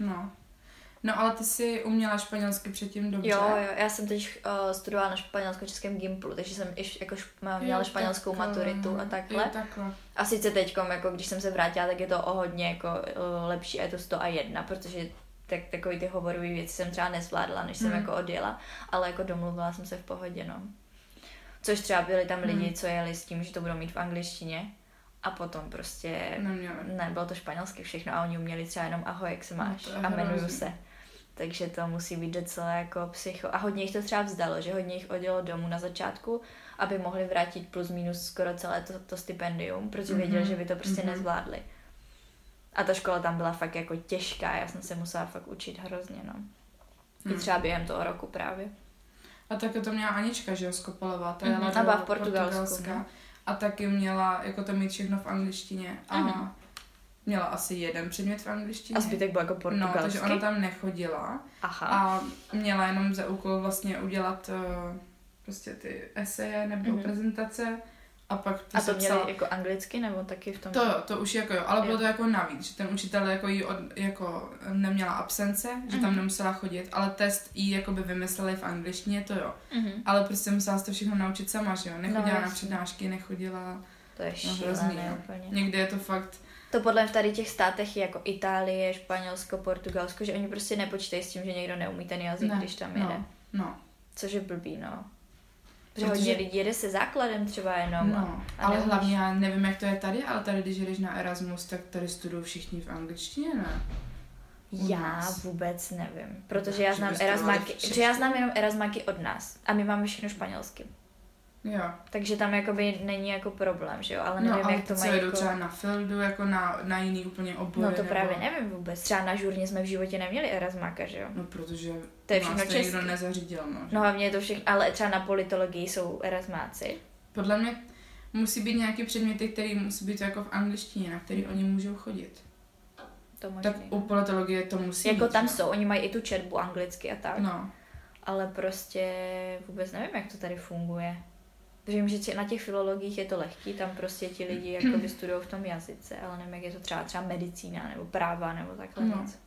No, ale ty jsi uměla španělsky předtím dobře. Jo, já jsem teď studovala na španělsko-českém Gimplu, takže jsem jako měla španělskou maturitu a takhle. A sice teďkom, jako když jsem se vrátila, tak je to o hodně jako lepší a je to 101, protože takový ty hovorové věci jsem třeba nezvládla, než jsem jako odjela, ale jako domluvila jsem se v pohodě, no. Což třeba byli tam lidi, co jeli s tím, že to budou mít v angličtině a potom prostě bylo to španělsky všechno a oni uměli třeba jenom ahoj, jak se máš a jmenuju se. Takže to musí být docela jako psycho. A hodně jich to třeba vzdalo, že hodně jich odjelo domů na začátku, aby mohli vrátit plus minus skoro celé to stipendium, protože věděli, že by to prostě nezvládli. A ta škola tam byla fakt jako těžká, já jsem se musela fakt učit hrozně, no. I třeba během toho roku právě. A taky to měla Anička, že jo, z Kopalová, ta jela A byla v do Portugalsku. Portugalska. A taky měla jako to mít všechno v angličtině a měla asi jeden předmět v angličtině. A zbytek byl jako portugalský. No, takže ona tam nechodila. Aha. A měla jenom za úkol vlastně udělat prostě ty eseje nebo prezentace. A pak a to měli jako anglicky nebo taky v tom? To už jako jo, ale bylo to jako navíc, že ten učitel jako jí jako neměla absence, že tam nemusela chodit, ale test jí jako by vymysleli v angličtině, to jo. Ale prostě musela se to všechno naučit sama, že jo. Nechodila na přednášky, nechodila. To je šílené úplně. Někdy je to fakt. To podle mě v tady těch státech je jako Itálie, Španělsko, Portugalsko, že oni prostě nepočítají s tím, že někdo neumí ten jazyk, když tam jede. No. Což je blbý, no. Že hodně lidí jede se základem třeba jenom. No, ale hlavně já nevím, jak to je tady, ale tady, když jdeš na Erasmus, tak tady studují všichni v angličtině, ne? Já vůbec nevím, protože já znám Erasmáky, že já znám jenom Erasmáky od nás a my máme všechno španělsky. Jo. Takže tam jakoby není jako problém, že jo, ale nevím, ale jak to mají jako... třeba na Fildu, jako na jiný úplně obory, No to právě nevím vůbec, třeba na žurně jsme v životě neměli Erasmáka, že jo. No protože to je všechno česky. Nikdo nezařídil, no. No hlavně je to všechno, ale třeba na politologii jsou Erasmáci. Podle mě musí být nějaký předměty, který musí být jako v angličtině, na který oni můžou chodit. To možný. Tak u politologie to musí jako být, tam no. jsou, oni mají i tu četbu anglicky a tak. No. Ale prostě vůbec nevím, jak to tady funguje. Protože vím, že na těch filologiích je to lehký, tam prostě ti lidi jako vystudují v tom jazyce, ale nevím, jak je to třeba medicína nebo práva nebo takhle něco.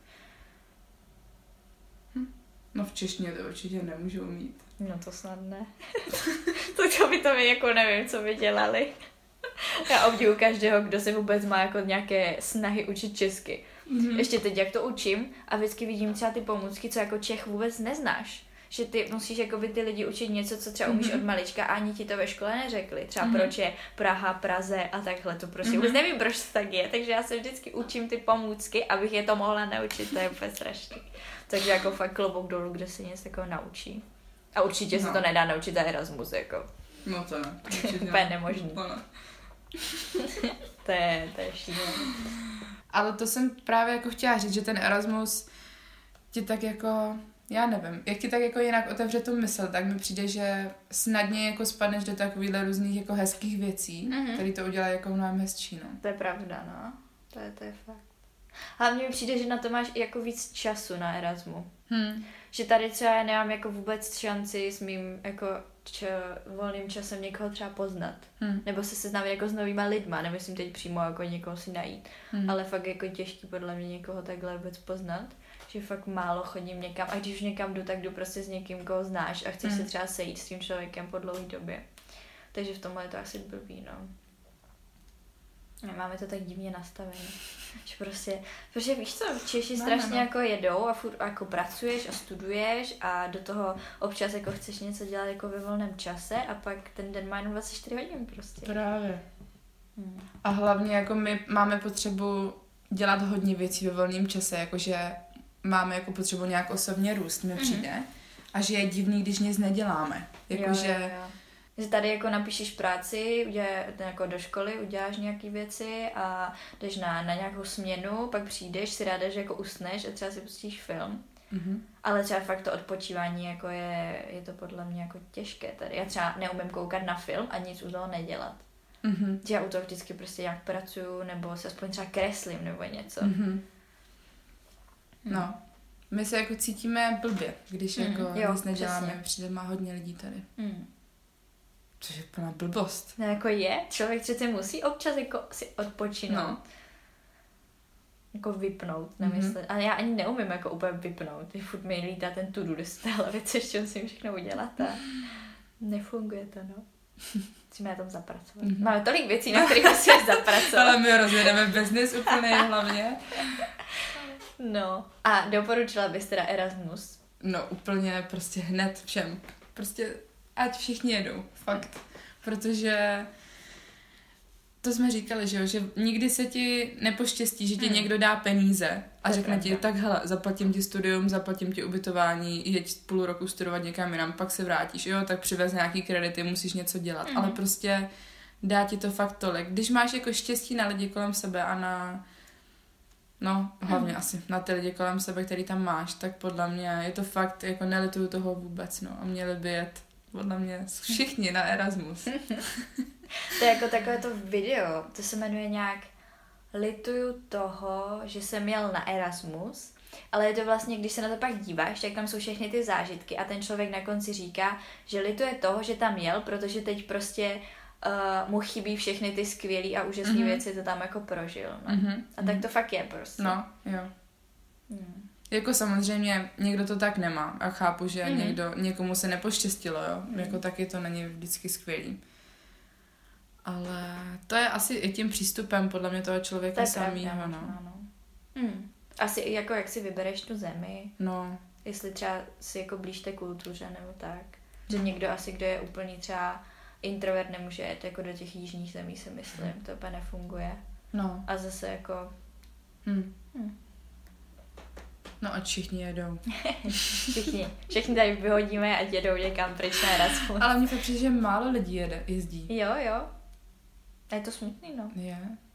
No v češtině to určitě nemůžou mít. No to snad ne. to by to mi jako nevím, co by dělali. Já obdivuji každého, kdo se vůbec má jako nějaké snahy učit česky. Ještě teď, jak to učím a vždycky vidím třeba ty pomůcky, co jako Čech vůbec neznáš. Že ty musíš jakoby ty lidi učit něco, co třeba umíš od malička a ani ti to ve škole neřekli. Třeba proč je Praha, Praze a takhle, to prostě vůbec nevím, proč to tak je, takže já se vždycky učím ty pomůcky, abych je to mohla naučit, to je úplně strašný. Takže jako fakt klobouk dolů, kde se něco takového naučí. A určitě se to nedá naučit za Erasmus, jako. No to ne. Úplně nemožný. To ne. to je šílené. Ale to jsem právě jako chtěla říct, že ten Erasmus ti tak jako... Já nevím, jak ti tak jako jinak otevře tu mysl, tak mi přijde, že snadně jako spadneš do takovýchhle různých jako hezkých věcí, které to udělají jako mnohem hezčí, no. To je pravda, no. To je fakt. Hlavně mi přijde, že na to máš jako víc času na Erasmu. Že tady třeba já nemám jako vůbec šanci s mým jako volným časem někoho třeba poznat. Nebo se seznámit jako s novýma lidma, nemyslím teď přímo jako někoho si najít. Ale fakt jako těžký podle mě někoho takhle vůbec poznat. Že fakt málo chodím někam a když už někam jdu, tak jdu prostě s někým, koho znáš a chceš se třeba sejít s tím člověkem po dlouhé době. Takže v tomhle je to asi blbý, no. Máme to tak divně nastavené. Že prostě, protože víš co, Češi strašně jako jedou a furt jako pracuješ a studuješ a do toho občas jako chceš něco dělat jako ve volném čase a pak ten den má jenom 24 hodin prostě. Právě. A hlavně jako my máme potřebu dělat hodně věcí ve volném čase, jakože máme jako potřebu nějak osobně růst, mi přijde. A že je divný, když nic neděláme. Jakože... Že tady jako napíšeš práci, jako do školy, uděláš nějaký věci a jdeš na nějakou směnu, pak přijdeš, si ráda, že jako usneš a třeba si pustíš film. Ale třeba fakt to odpočívání jako je to podle mě jako těžké tady. Já třeba neumím koukat na film a nic u toho nedělat. Že já u toho vždycky prostě nějak pracuju nebo se aspoň třeba kreslím nebo něco. No, my se jako cítíme blbě, když jako nic neděláme, přijde má hodně lidí tady. Což je plná blbost. No jako je, člověk přece musí občas jako si odpočinout. No. Jako vypnout, nemyslet. A já ani neumím jako úplně vypnout. Furt mi lítá ten to-do list, ale věc ještě musím všechno udělat a nefunguje to, no. Musíme na tom zapracovat. Máme tolik věcí, na kterých musíme zapracovat. Ale my rozjedeme business úplně hlavně. No. A doporučila bys teda Erasmus? No úplně prostě hned všem. Prostě ať všichni jedou, fakt. Protože to jsme říkali, že nikdy se ti nepoštěstí, že ti někdo dá peníze a řekne ti, tak hele, zaplatím ti studium, zaplatím ti ubytování, jeď půl roku studovat někam jinam, pak se vrátíš, jo, tak přivez nějaký kredity, musíš něco dělat, ale prostě dá ti to fakt tolik. Když máš jako štěstí na lidi kolem sebe a No, hlavně asi na ty lidi kolem sebe, který tam máš, tak podle mě je to fakt, jako nelituju toho vůbec, no. A měli by jet, podle mě, všichni na Erasmus. To je jako takové to video, to se jmenuje nějak Lituju toho, že jsem jel na Erasmus, ale je to vlastně, když se na to pak díváš, tak tam jsou všechny ty zážitky a ten člověk na konci říká, že lituje toho, že tam jel, protože teď prostě mu chybí všechny ty skvělý a úžasné věci, to tam jako prožil. No. A tak to fakt je prostě. No, jo. Jako samozřejmě někdo to tak nemá a chápu, že někomu se nepoštěstilo, jo. Jako taky to není vždycky skvělý. Ale to je asi i tím přístupem podle mě toho člověka samýho, no. Asi i jako jak si vybereš tu zemi. No. Jestli třeba si jako blíž té kultuře nebo tak. Že někdo asi, kdo je úplný třeba introvert, nemůže jet jako do těch jižních zemí, si myslím. To úplně nefunguje. No. A zase jako... No ať všichni jedou. Všichni tady vyhodíme, ať jedou někam pryč na Erasmus. Ale mně fakt přijde, že málo lidí jezdí. Jo. A je to smutný, no. Je.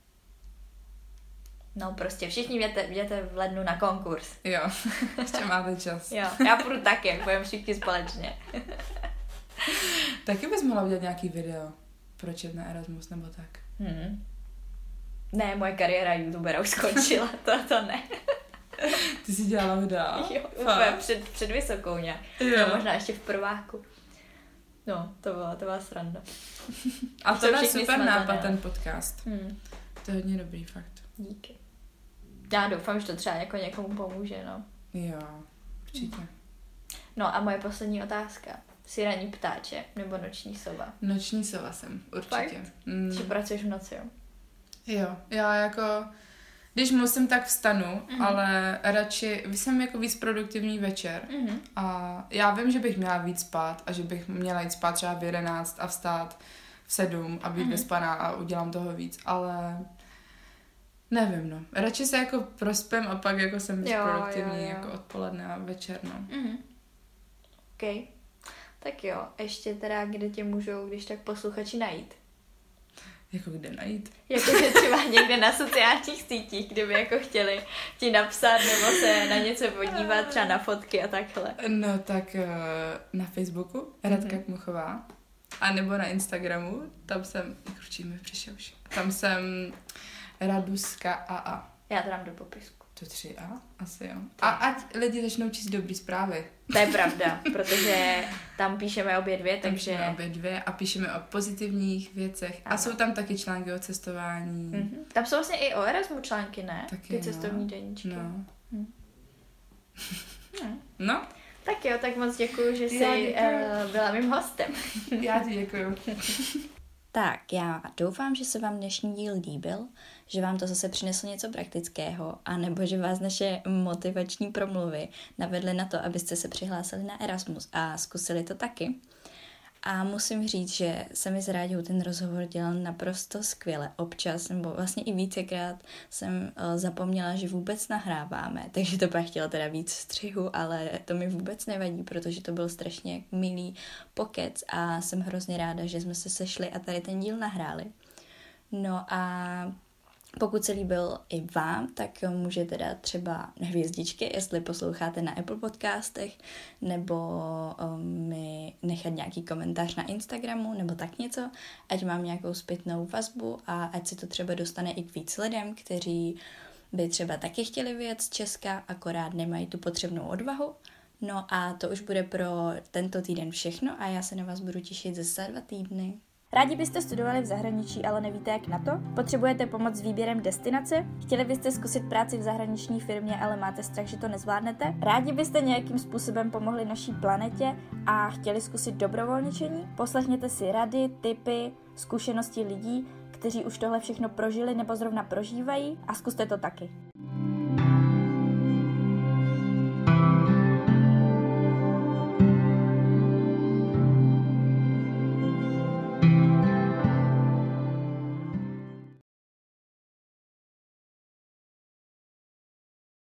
No prostě všichni jděte v lednu na konkurs. Jo, ještě máte čas. Jo, já půjdu taky, budeme všichni společně. Taky bys mohla udělat nějaký video. Proč jet na Erasmus nebo tak? Ne, moje kariéra youtubera už skončila, to ne. Ty jsi dělala videa? Jo, úplně před vysokou nějak. Jo. No, možná ještě v prváku. No, to byla sranda. A to je super nápad, ten podcast. To je hodně dobrý, fakt. Díky. Já doufám, že to třeba jako někomu pomůže, no. Jo, určitě. No a moje poslední otázka. Jsi ranní ptáče nebo noční sova? Noční sova jsem, určitě. Že pracuješ v noci, jo? Jo, já jako... Když musím, tak vstanu, ale radši jsem jako víc produktivní večer. A já vím, že bych měla víc spát a že bych měla jít spát třeba v 11 a vstát v 7 a být vyspaná a udělám toho víc, ale nevím, no. Radši se jako prospím a pak jako jsem víc produktivní jako odpoledne a večer, no. OK. Tak jo, ještě teda, kde tě můžou, když tak posluchači najít? Jako kde najít? Jakože třeba někde na sociálních sítích, kdyby jako chtěli ti napsat nebo se na něco podívat, třeba na fotky a takhle. No tak na Facebooku Radka Kmuchová a nebo na Instagramu, tam jsem, mi přišel už, tam jsem Raduska AA. Já to dám do popisku. To 3A? Asi jo. A ať lidi začnou číst dobrý zprávy. To je pravda, protože tam píšeme obě dvě, takže... Píšeme obě dvě a píšeme o pozitivních věcech. Ano. A jsou tam taky články o cestování. Tam jsou vlastně i o Erasmu články, ne? Taky, ty cestovní deníčky. No. No. Tak jo, tak moc děkuju, že jsi byla mým hostem. Já ti děkuju. Tak, já doufám, že se vám dnešní díl líbil, že vám to zase přineslo něco praktického, anebo že vás naše motivační promluvy navedly na to, abyste se přihlásili na Erasmus a zkusili to taky. A musím říct, že se mi s Ráďou ten rozhovor dělal naprosto skvěle. Občas, nebo vlastně i vícekrát jsem zapomněla, že vůbec nahráváme, takže to pak chtěla teda víc střihu, ale to mi vůbec nevadí, protože to byl strašně milý pokec a jsem hrozně ráda, že jsme se sešli a tady ten díl nahráli. No a pokud se líbil i vám, tak můžete dát třeba hvězdičky, jestli posloucháte na Apple podcastech, nebo mi nechat nějaký komentář na Instagramu, nebo tak něco, ať mám nějakou zpětnou vazbu a ať se to třeba dostane i k víc lidem, kteří by třeba taky chtěli vyjet z Česka, akorát nemají tu potřebnou odvahu. No a to už bude pro tento týden všechno a já se na vás budu těšit zase za 2 týdny. Rádi byste studovali v zahraničí, ale nevíte jak na to? Potřebujete pomoc s výběrem destinace? Chtěli byste zkusit práci v zahraniční firmě, ale máte strach, že to nezvládnete? Rádi byste nějakým způsobem pomohli naší planetě a chtěli zkusit dobrovolničení? Poslechněte si rady, tipy, zkušenosti lidí, kteří už tohle všechno prožili nebo zrovna prožívají a zkuste to taky.